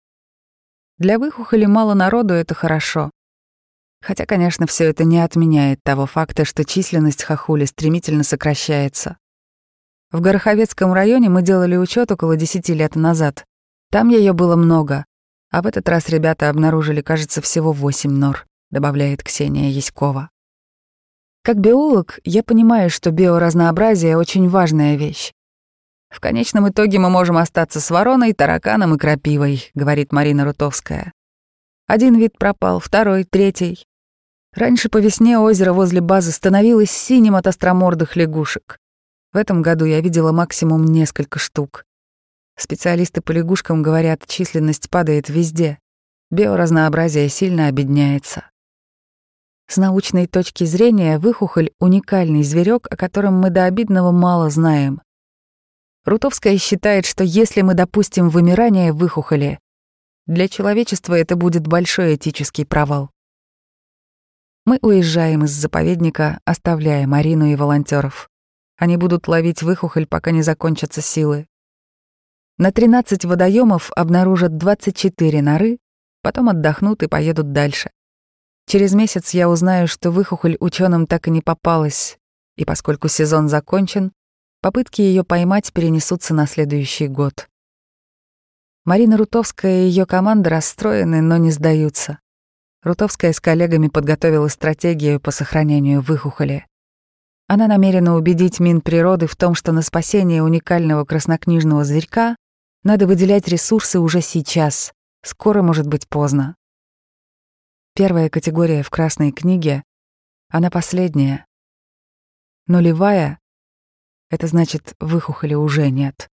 Для выхухоли мало народу — это хорошо. Хотя, конечно, все это не отменяет того факта, что численность хохули стремительно сокращается. В Гороховецком районе мы делали учет около десяти лет назад. Там ее было много, а в этот раз ребята обнаружили, кажется, всего восемь нор, добавляет Ксения Яськова. Как биолог, я понимаю, что биоразнообразие — очень важная вещь. В конечном итоге мы можем остаться с вороной, тараканом и крапивой, говорит Марина Рутовская. Один вид пропал, второй, третий. Раньше по весне озеро возле базы становилось синим от остромордых лягушек. В этом году я видела максимум несколько штук. Специалисты по лягушкам говорят, численность падает везде. Биоразнообразие сильно обедняется. С научной точки зрения выхухоль — уникальный зверек, о котором мы до обидного мало знаем. Рутовская считает, что если мы допустим вымирание выхухоли, для человечества это будет большой этический провал. Мы уезжаем из заповедника, оставляя Марину и волонтеров. Они будут ловить выхухоль, пока не закончатся силы. На тринадцать водоемов обнаружат двадцать четыре норы, потом отдохнут и поедут дальше. Через месяц я узнаю, что выхухоль ученым так и не попалась, и поскольку сезон закончен, попытки ее поймать перенесутся на следующий год. Марина Рутовская и ее команда расстроены, но не сдаются. Рутовская с коллегами подготовила стратегию по сохранению выхухоли. Она намерена убедить Минприроды в том, что на спасение уникального краснокнижного зверька надо выделять ресурсы уже сейчас, скоро может быть поздно. Первая категория в Красной книге, она последняя. Нулевая — это значит, выхухоли уже нет.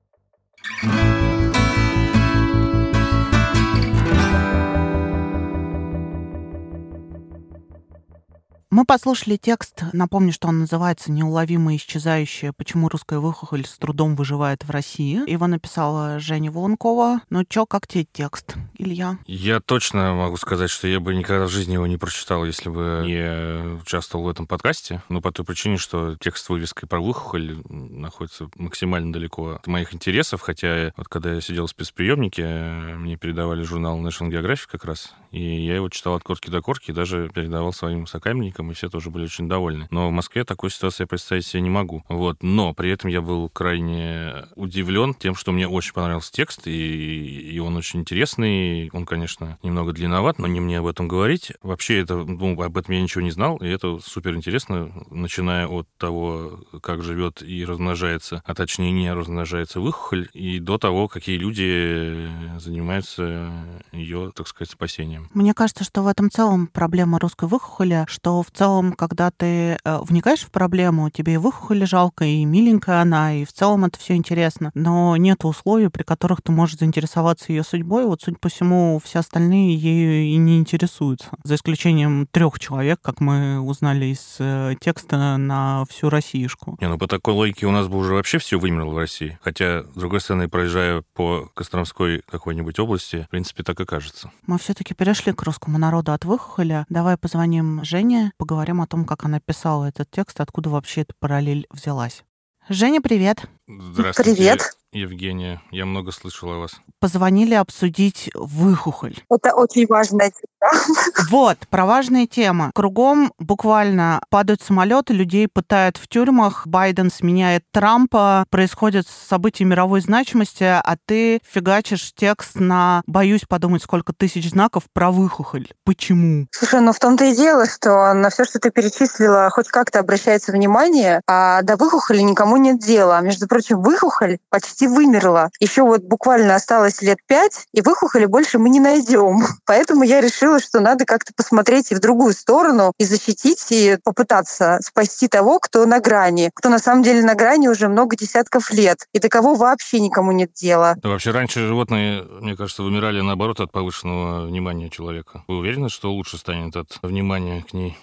Мы послушали текст, напомню, что он называется «Неуловимо исчезающее. Почему русская выхухоль с трудом выживает в России». Его написала Женя Волункова. Ну чё, как тебе текст, Илья? Я точно могу сказать, что я бы никогда в жизни его не прочитал, если бы не участвовал в этом подкасте. Ну, по той причине, что текст с вывеской про выхухоль находится максимально далеко от моих интересов, хотя вот когда я сидел в спецприемнике, мне передавали журнал National Geographic как раз, и я его читал от корки до корки, и даже передавал своим сокамерникам, и все тоже были очень довольны. Но в Москве такую ситуацию я представить себе не могу. Вот. Но при этом я был крайне удивлен тем, что мне очень понравился текст, и, и он очень интересный. Он, конечно, немного длинноват, но не мне об этом говорить. Вообще это, ну, об этом я ничего не знал, и это супер интересно, начиная от того, как живет и размножается, а точнее не размножается выхухоль, и до того, какие люди занимаются ее, так сказать, спасением. Мне кажется, что в этом целом проблема русской выхухоли, что в целом, когда ты э, вникаешь в проблему, тебе и выхухоли жалко, и миленькая она, и в целом это все интересно, но нет условий, при которых ты можешь заинтересоваться ее судьбой. Вот, судя по всему, все остальные ею и не интересуются, за исключением трех человек, как мы узнали из э, текста на всю Россиюшку. Не, ну по такой логике у нас бы уже вообще все вымерло в России. Хотя, с другой стороны, проезжая по Костромской какой-нибудь области, в принципе, так и кажется. Мы все-таки перешли к русскому народу от выхухоля. Давай позвоним Жене, поговорим о том, как она писала этот текст, откуда вообще эта параллель взялась. Женя, привет. Здравствуйте. Привет. Евгения, я много слышал о вас. Позвонили обсудить выхухоль. Это очень важная тема. Вот, про важные темы. Кругом буквально падают самолеты, людей пытают в тюрьмах, Байден сменяет Трампа, происходят события мировой значимости, а ты фигачишь текст на «боюсь подумать, сколько тысяч знаков» про выхухоль. Почему? Слушай, ну в том-то и дело, что на все, что ты перечислила, хоть как-то обращается внимание, а до выхухоли никому нет дела. Между прочим, выхухоль почти вымерла. Еще вот буквально осталось лет пять, и выхухоли больше мы не найдем. Поэтому я решила, что надо как-то посмотреть и в другую сторону, и защитить, и попытаться спасти того, кто на грани, кто на самом деле на грани уже много десятков лет, и до кого вообще никому нет дела. Да, вообще раньше животные, мне кажется, вымирали наоборот от повышенного внимания человека. Вы уверены, что лучше станет от внимания к ней?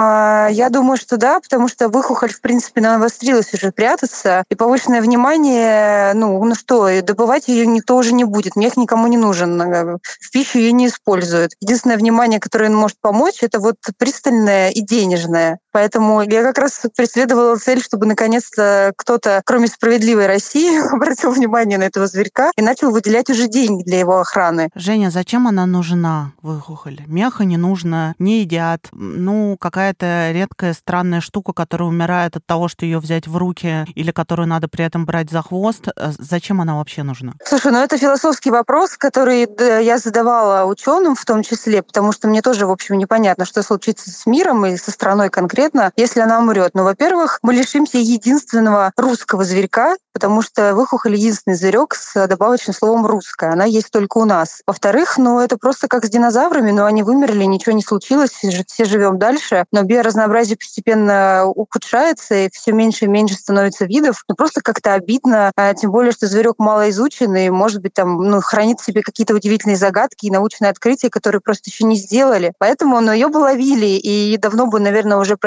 Я думаю, что да, потому что выхухоль, в принципе, навострилась уже прятаться, и повышенное внимание, ну, ну что, и добывать ее никто уже не будет, мех никому не нужен, в пищу ее не используют. Единственное внимание, которое может помочь, это вот пристальное и денежное. Поэтому я как раз преследовала цель, чтобы наконец-то кто-то, кроме справедливой России, обратил внимание на этого зверька и начал выделять уже деньги для его охраны. Женя, зачем она нужна, выхухоль? Меха не нужно, не едят. Ну, какая-то редкая странная штука, которая умирает от того, что ее взять в руки, или которую надо при этом брать за хвост. Зачем она вообще нужна? Слушай, ну это философский вопрос, который я задавала ученым в том числе, потому что мне тоже, в общем, непонятно, что случится с миром и со страной конкретно, если она умрет. Ну, во-первых, мы лишимся единственного русского зверька, потому что выхухоль — единственный зверек с добавочным словом «русская». Она есть только у нас. Во-вторых, ну это просто как с динозаврами, но они вымерли, ничего не случилось, все живем дальше, но биоразнообразие постепенно ухудшается, и все меньше и меньше становится видов. Ну просто как-то обидно, тем более, что зверек мало изучен, и, может быть, там, ну, хранит в себе какие-то удивительные загадки и научные открытия, которые просто еще не сделали. Поэтому, ну, ее бы ловили, и давно бы, наверное, уже про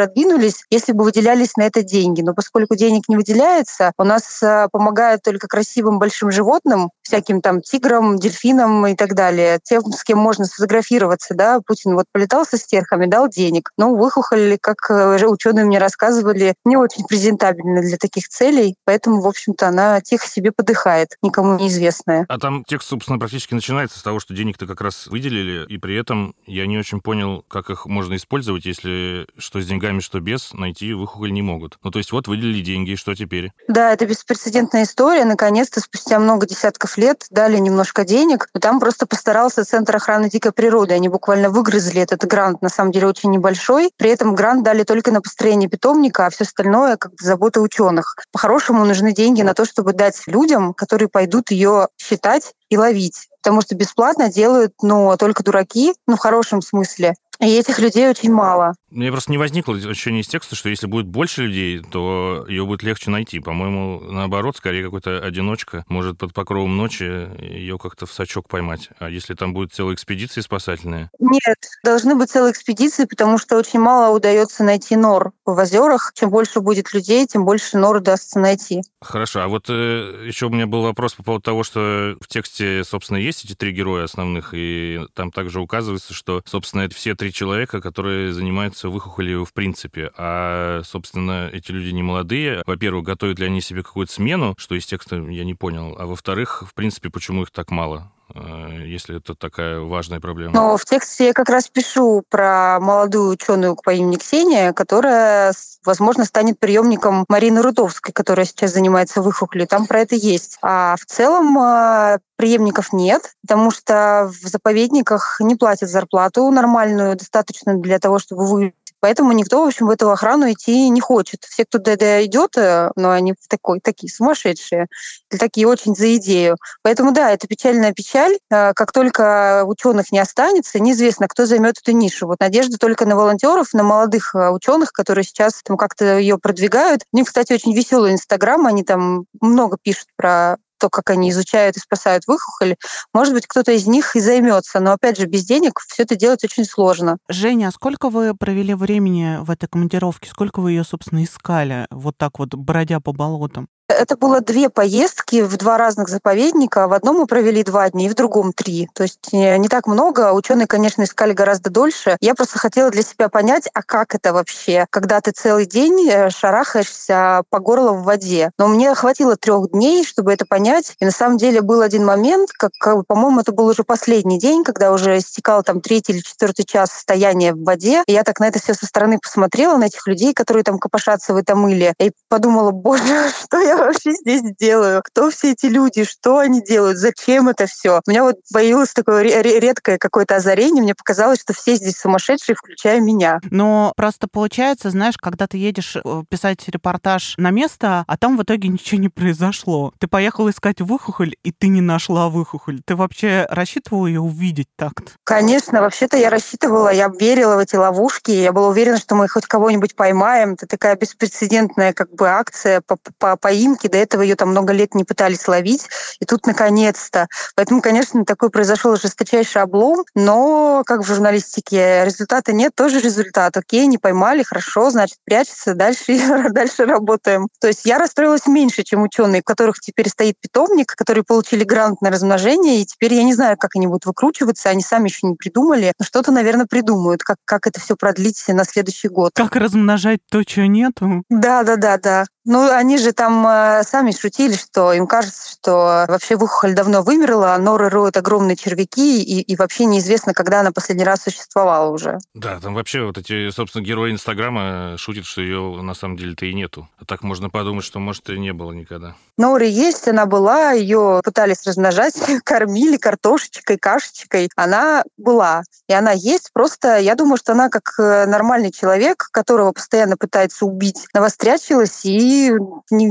продвинулись, если бы выделялись на это деньги. Но поскольку денег не выделяется, у нас помогают только красивым большим животным, всяким там тиграм, дельфинам и так далее, тем, с кем можно сфотографироваться. Да? Путин вот полетал со стерхами, дал денег. Но выхухоль, как ученые мне рассказывали, не очень презентабельна для таких целей, поэтому, в общем-то, она тихо себе подыхает, никому неизвестная. А там текст, собственно, практически начинается с того, что денег-то как раз выделили, и при этом я не очень понял, как их можно использовать, если что с деньгами, что без, найти выхухоль не могут. Ну, то есть вот выделили деньги, и что теперь? Да, это беспрецедентная история. Наконец-то, спустя много десятков лет, дали немножко денег, но там просто постарался Центр охраны дикой природы. Они буквально выгрызли этот грант, на самом деле очень небольшой. При этом грант дали только на построение питомника, а все остальное как бы забота ученых. По-хорошему нужны деньги на то, чтобы дать людям, которые пойдут ее считать и ловить. Потому что бесплатно делают, ну, только дураки, ну, в хорошем смысле. И этих людей очень мало. У меня просто не возникло ощущение из текста, что если будет больше людей, то ее будет легче найти. По-моему, наоборот, скорее какой-то одиночка может под покровом ночи ее как-то в сачок поймать. А если там будет целая экспедиция спасательная? Нет, должны быть целые экспедиции, потому что очень мало удается найти нор в озерах. Чем больше будет людей, тем больше нор удастся найти. Хорошо. А вот э, еще у меня был вопрос по поводу того, что в тексте, собственно, есть эти три героя основных, и там также указывается, что, собственно, это все три человека, которые занимаются выхухолью в принципе. А, собственно, эти люди не молодые. Во-первых, готовят ли они себе какую-то смену, что из текста я не понял. А во-вторых, в принципе, почему их так мало, если это такая важная проблема? Но в тексте я как раз пишу про молодую ученую по имени Ксения, которая, возможно, станет преемником Марины Рудовской, которая сейчас занимается выхухолью. Там про это есть. А в целом преемников нет, потому что в заповедниках не платят зарплату нормальную, достаточно для того, чтобы выжить. Поэтому никто, в общем, в эту охрану идти не хочет. Все, кто туда идет, но они такой, такие сумасшедшие, такие очень за идею. Поэтому да, это печальная печаль. Как только ученых не останется, неизвестно, кто займет эту нишу. Вот надежда только на волонтеров, на молодых ученых, которые сейчас там как-то ее продвигают. У них, кстати, очень веселый Инстаграм, они там много пишут про то, как они изучают и спасают выхухоль. Может быть, кто-то из них и займется. Но, опять же, без денег все это делать очень сложно. Женя, а сколько вы провели времени в этой командировке? Сколько вы ее, собственно, искали, вот так вот, бродя по болотам? Это было две поездки в два разных заповедника. В одном мы провели два дня, и в другом три. То есть не так много. Ученые, конечно, искали гораздо дольше. Я просто хотела для себя понять, а как это вообще, когда ты целый день шарахаешься по горло в воде. Но мне хватило трех дней, чтобы это понять. И на самом деле был один момент, как, по-моему, это был уже последний день, когда уже истекал там третий или четвертый час стояния в воде. И я так на это все со стороны посмотрела, на этих людей, которые там копошатся в этом мыле, и подумала, боже, что я вообще здесь делаю? Кто все эти люди? Что они делают? Зачем это все? У меня вот появилось такое редкое какое-то озарение. Мне показалось, что все здесь сумасшедшие, включая меня. Но просто получается, знаешь, когда ты едешь писать репортаж на место, а там в итоге ничего не произошло. Ты поехала искать выхухоль, и ты не нашла выхухоль. Ты вообще рассчитывала ее увидеть так-то? Конечно, вообще-то я рассчитывала, я верила в эти ловушки, я была уверена, что мы хоть кого-нибудь поймаем. Это такая беспрецедентная как бы акция по, по поимке. До этого ее там много лет не пытались ловить, и тут наконец-то. Поэтому, конечно, такой произошел жесточайший облом, но, как в журналистике, результата нет, тоже результат. Окей, не поймали, хорошо, значит, прячется, дальше, дальше работаем. То есть я расстроилась меньше, чем ученые, у которых теперь стоит питомник, которые получили грант на размножение, и теперь я не знаю, как они будут выкручиваться, они сами еще не придумали, но что-то, наверное, придумают, как, как это все продлить на следующий год. Как размножать то, чего нету? Да, да, да, да. Ну, они же там э, сами шутили, что им кажется, что вообще выхухоль давно вымерла, а норы роют огромные червяки, и, и вообще неизвестно, когда она последний раз существовала уже. Да, там вообще вот эти, собственно, герои Инстаграма шутят, что ее на самом деле-то и нету. А так можно подумать, что, может, и не было никогда. Норы есть, она была, ее пытались размножать, кормили картошечкой, кашечкой. Она была, и она есть, просто я думаю, что она как нормальный человек, которого постоянно пытается убить, навострячилась и не, не, под,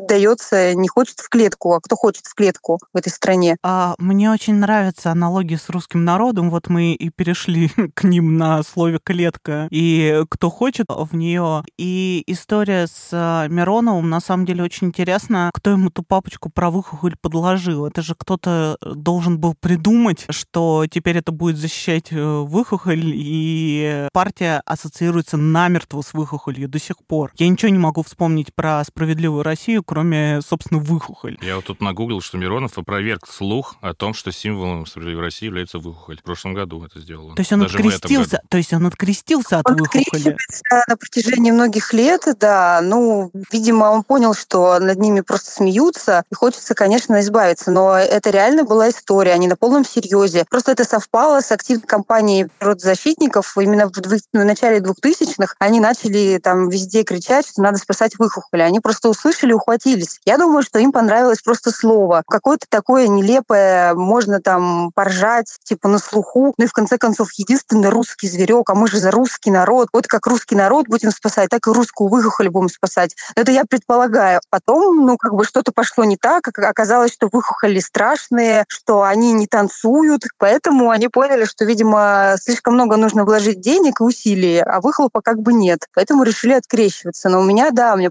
поддается, не хочет в клетку, а кто хочет в клетку в этой стране. А, мне очень нравятся аналогии с русским народом. Вот мы и перешли к ним на слове «клетка» и «кто хочет в нее». И история с Мироновым, на самом деле, очень интересна. Кто ему ту папочку про выхухоль подложил? Это же кто-то должен был придумать, что теперь это будет защищать выхухоль, и партия ассоциируется намертво с выхухолью до сих пор. Я ничего не могу вспомнить про «Справедливую Россию», кроме, собственно, выхухоль. Я вот тут нагуглил, что Миронов опроверг слух о том, что символом «Справедливой России» является выхухоль. В прошлом году это сделал. То есть он Даже открестился, то есть он открестился от Он выхухоли. открещивается на протяжении многих лет, да. Ну, видимо, он понял, что над ними просто смеются, и хочется, конечно, избавиться. Но это реально была история, они на полном серьезе. Просто это совпало с активной кампанией природозащитников. Именно в, двух, в начале двухтысячных они начали там везде кричать, что надо спасать выхухоли. Они просто услышали, ухватились. Я думаю, что им понравилось просто слово. Какое-то такое нелепое, можно там поржать, типа на слуху. Ну и в конце концов, единственный русский зверек, а мы же за русский народ. Вот как русский народ будем спасать, так и русскую выхухоль будем спасать. Это я предполагаю. Потом, ну, как бы что-то пошло не так. Оказалось, что выхухоли страшные, что они не танцуют. Поэтому они поняли, что, видимо, слишком много нужно вложить денег и усилий, а выхлопа как бы нет. Поэтому решили открещиваться. Но у меня, да, у меня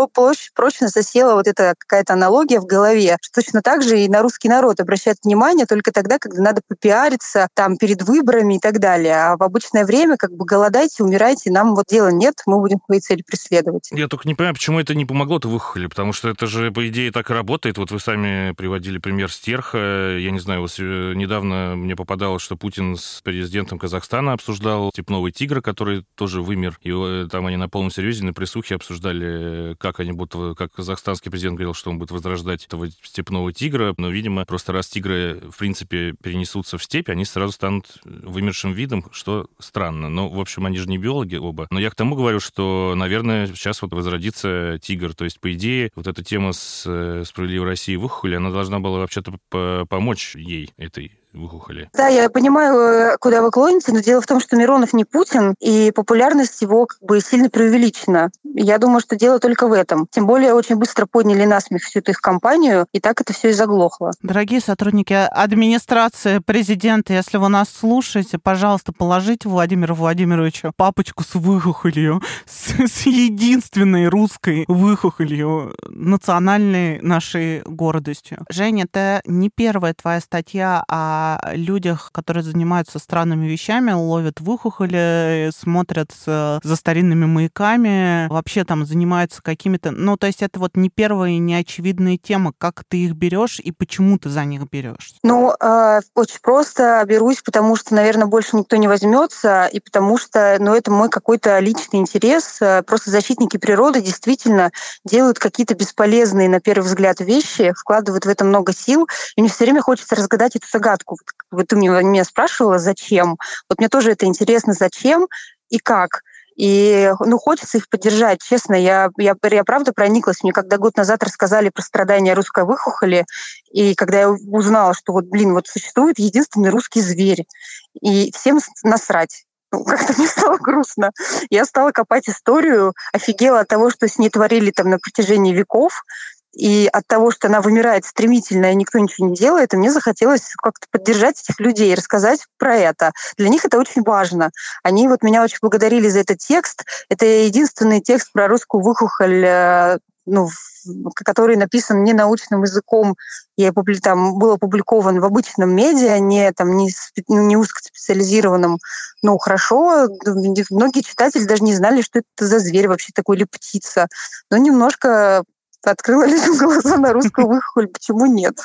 прочно засела вот эта какая-то аналогия в голове, что точно так же и на русский народ обращают внимание только тогда, когда надо попиариться там перед выборами и так далее. А в обычное время как бы голодайте, умирайте, нам вот дела нет, мы будем свои цели преследовать. Я только не понимаю, почему это не помогло-то выхухоли, потому что это же, по идее, так и работает. Вот вы сами приводили пример стерха. Я не знаю, вот недавно мне попадалось, что Путин с президентом Казахстана обсуждал степного тигра, который тоже вымер. И там они на полном серьезе на присухе обсуждали, как они будут, как казахстанский президент говорил, что он будет возрождать этого степного тигра. Но, видимо, просто раз тигры, в принципе, перенесутся в степь, они сразу станут вымершим видом, что странно. Но, в общем, они же не биологи оба. Но я к тому говорю, что, наверное, сейчас вот возродится тигр. То есть, по идее, вот эта тема с «Справедливой Россией» выхухоли, она должна была вообще-то помочь ей, этой выхухоли. Да, я понимаю, куда вы клоните, но дело в том, что Миронов не Путин, и популярность его как бы сильно преувеличена. Я думаю, что дело только в этом. Тем более очень быстро подняли насмех всю эту их кампанию, и так это все и заглохло. Дорогие сотрудники администрации президента, если вы нас слушаете, пожалуйста, положите Владимиру Владимировичу папочку с выхухолью, с, с единственной русской выхухолью, национальной нашей гордостью. Женя, это не первая твоя статья о людях, которые занимаются странными вещами, ловят выхухоли, смотрят за старинными маяками, вообще там занимаются какими-то... Ну, то есть это вот не первая и не очевидная тема. Как ты их берешь и почему ты за них берешь? Ну, э, очень просто берусь, потому что, наверное, больше никто не возьмется, и потому что, ну, это мой какой-то личный интерес. Просто защитники природы действительно делают какие-то бесполезные, на первый взгляд, вещи, вкладывают в это много сил, и мне все время хочется разгадать эту загадку. Вот ты меня спрашивала, зачем. Вот мне тоже это интересно, зачем и как. И, ну, хочется их поддержать. Честно, я, я, я правда прониклась. Мне когда год назад рассказали про страдания русской выхухоли, и когда я узнала, что вот, блин, вот существует единственный русский зверь, и всем насрать. Ну, как-то мне стало грустно. Я стала копать историю, офигела от того, что с ней творили там на протяжении веков, и от того, что она вымирает стремительно, и никто ничего не делает, и мне захотелось как-то поддержать этих людей, рассказать про это. Для них это очень важно. Они вот меня очень благодарили за этот текст. Это единственный текст про русскую выхухоль, ну, который написан не научным языком, и там был опубликован в обычном медиа, не, там, не, не узкоспециализированном. Ну, хорошо, многие читатели даже не знали, что это за зверь вообще такой, или птица. Но немножко открыла людям глаза на русскую выхухоль. Почему нет?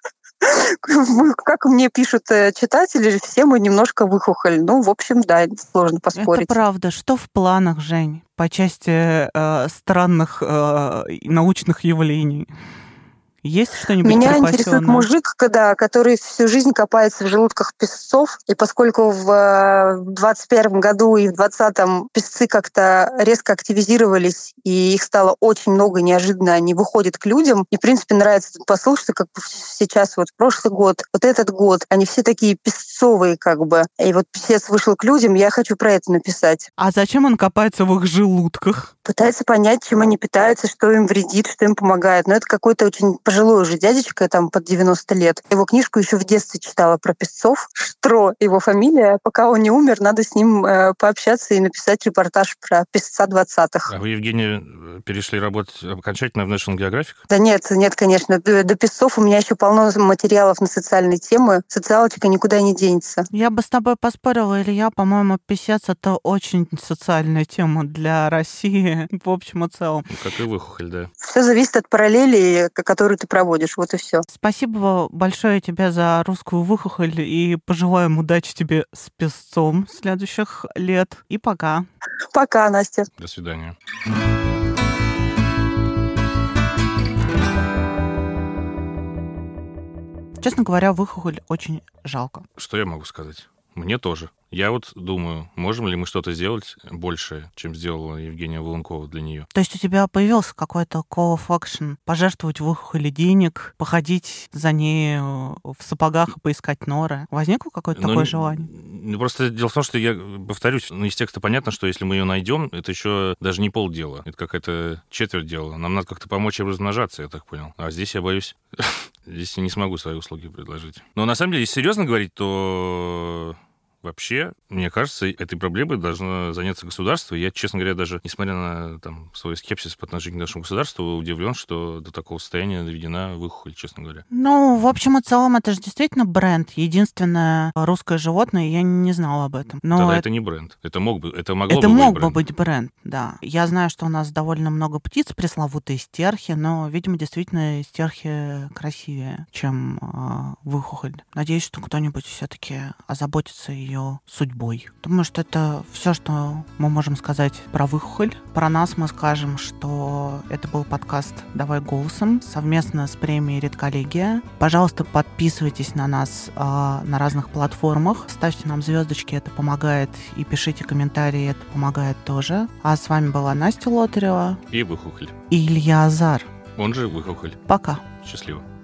Как мне пишут читатели, все мы немножко выхухоль. Ну, в общем, да, сложно поспорить. Это правда. Что в планах, Жень, по части э, странных э, научных явлений? Есть что-нибудь Меня припасённое? интересует мужик, когда, который всю жизнь копается в желудках песцов, и поскольку в двадцать первом году и в двадцатом песцы как-то резко активизировались, и их стало очень много неожиданно, они выходят к людям, и, в принципе, нравится этот посыл, что как бы сейчас вот прошлый год, вот этот год, они все такие песцовые как бы, и вот песец вышел к людям, я хочу про это написать. А зачем он копается в их желудках? Пытается понять, чем они питаются, что им вредит, что им помогает. Но это какой-то очень пожилой уже дядечка, там под девяносто лет. Его книжку еще в детстве читала про песцов. Штро его фамилия. Пока он не умер, надо с ним э, пообщаться и написать репортаж про песца двадцатых. А вы, Евгения, перешли работать окончательно в National Geographic? Да нет, нет, конечно. До, до песцов у меня еще полно материалов на социальные темы. Социалочка никуда не денется. Я бы с тобой поспорила, Илья. По-моему, писец — это очень социальная тема для России в общем и целом. Ну, как и выхухоль, да. Все зависит от параллели, которую ты проводишь. Вот и все. Спасибо большое тебе за русскую выхухоль и пожелаем удачи тебе с песцом следующих лет. И пока. Пока, Настя. До свидания. Честно говоря, выхухоль очень жалко. Что я могу сказать? Мне тоже. Я вот думаю, можем ли мы что-то сделать большее, чем сделала Евгения Волынкова для нее. То есть у тебя появился какой-то call of action, пожертвовать выхухоли денег, походить за ней в сапогах и поискать норы? Возникло какое-то Но, такое желание? Ну, просто дело в том, что я повторюсь, ну, из текста понятно, что если мы ее найдем, это еще даже не полдела, это какая-то четверть дела. Нам надо как-то помочь ей размножаться, я так понял. А здесь я боюсь, здесь я не смогу свои услуги предложить. Но на самом деле, если серьезно говорить, то... Вообще, мне кажется, этой проблемой должно заняться государство. Я, честно говоря, даже, несмотря на там, свой скепсис по отношению к нашему государству, удивлен, что до такого состояния доведена выхухоль, честно говоря. Ну, в общем и целом, это же действительно бренд. Единственное русское животное, я не знала об этом. Но Тогда это... это не бренд. Это мог бы, это могло это бы мог быть бы бренд. быть бренд, да. Я знаю, что у нас довольно много птиц, пресловутые стерхи, но, видимо, действительно стерхи красивее, чем э, выхухоль. Надеюсь, что кто-нибудь все-таки озаботится ее судьбой. Думаю, что это все, что мы можем сказать про выхухоль. Про нас мы скажем, что это был подкаст «Давай голосом» совместно с премией «Редколлегия». Пожалуйста, подписывайтесь на нас э, на разных платформах, ставьте нам звездочки, это помогает, и пишите комментарии, это помогает тоже. А с вами была Настя Лотарева И выхухоль. и Илья Азар. Он же выхухоль. Пока. Счастливо.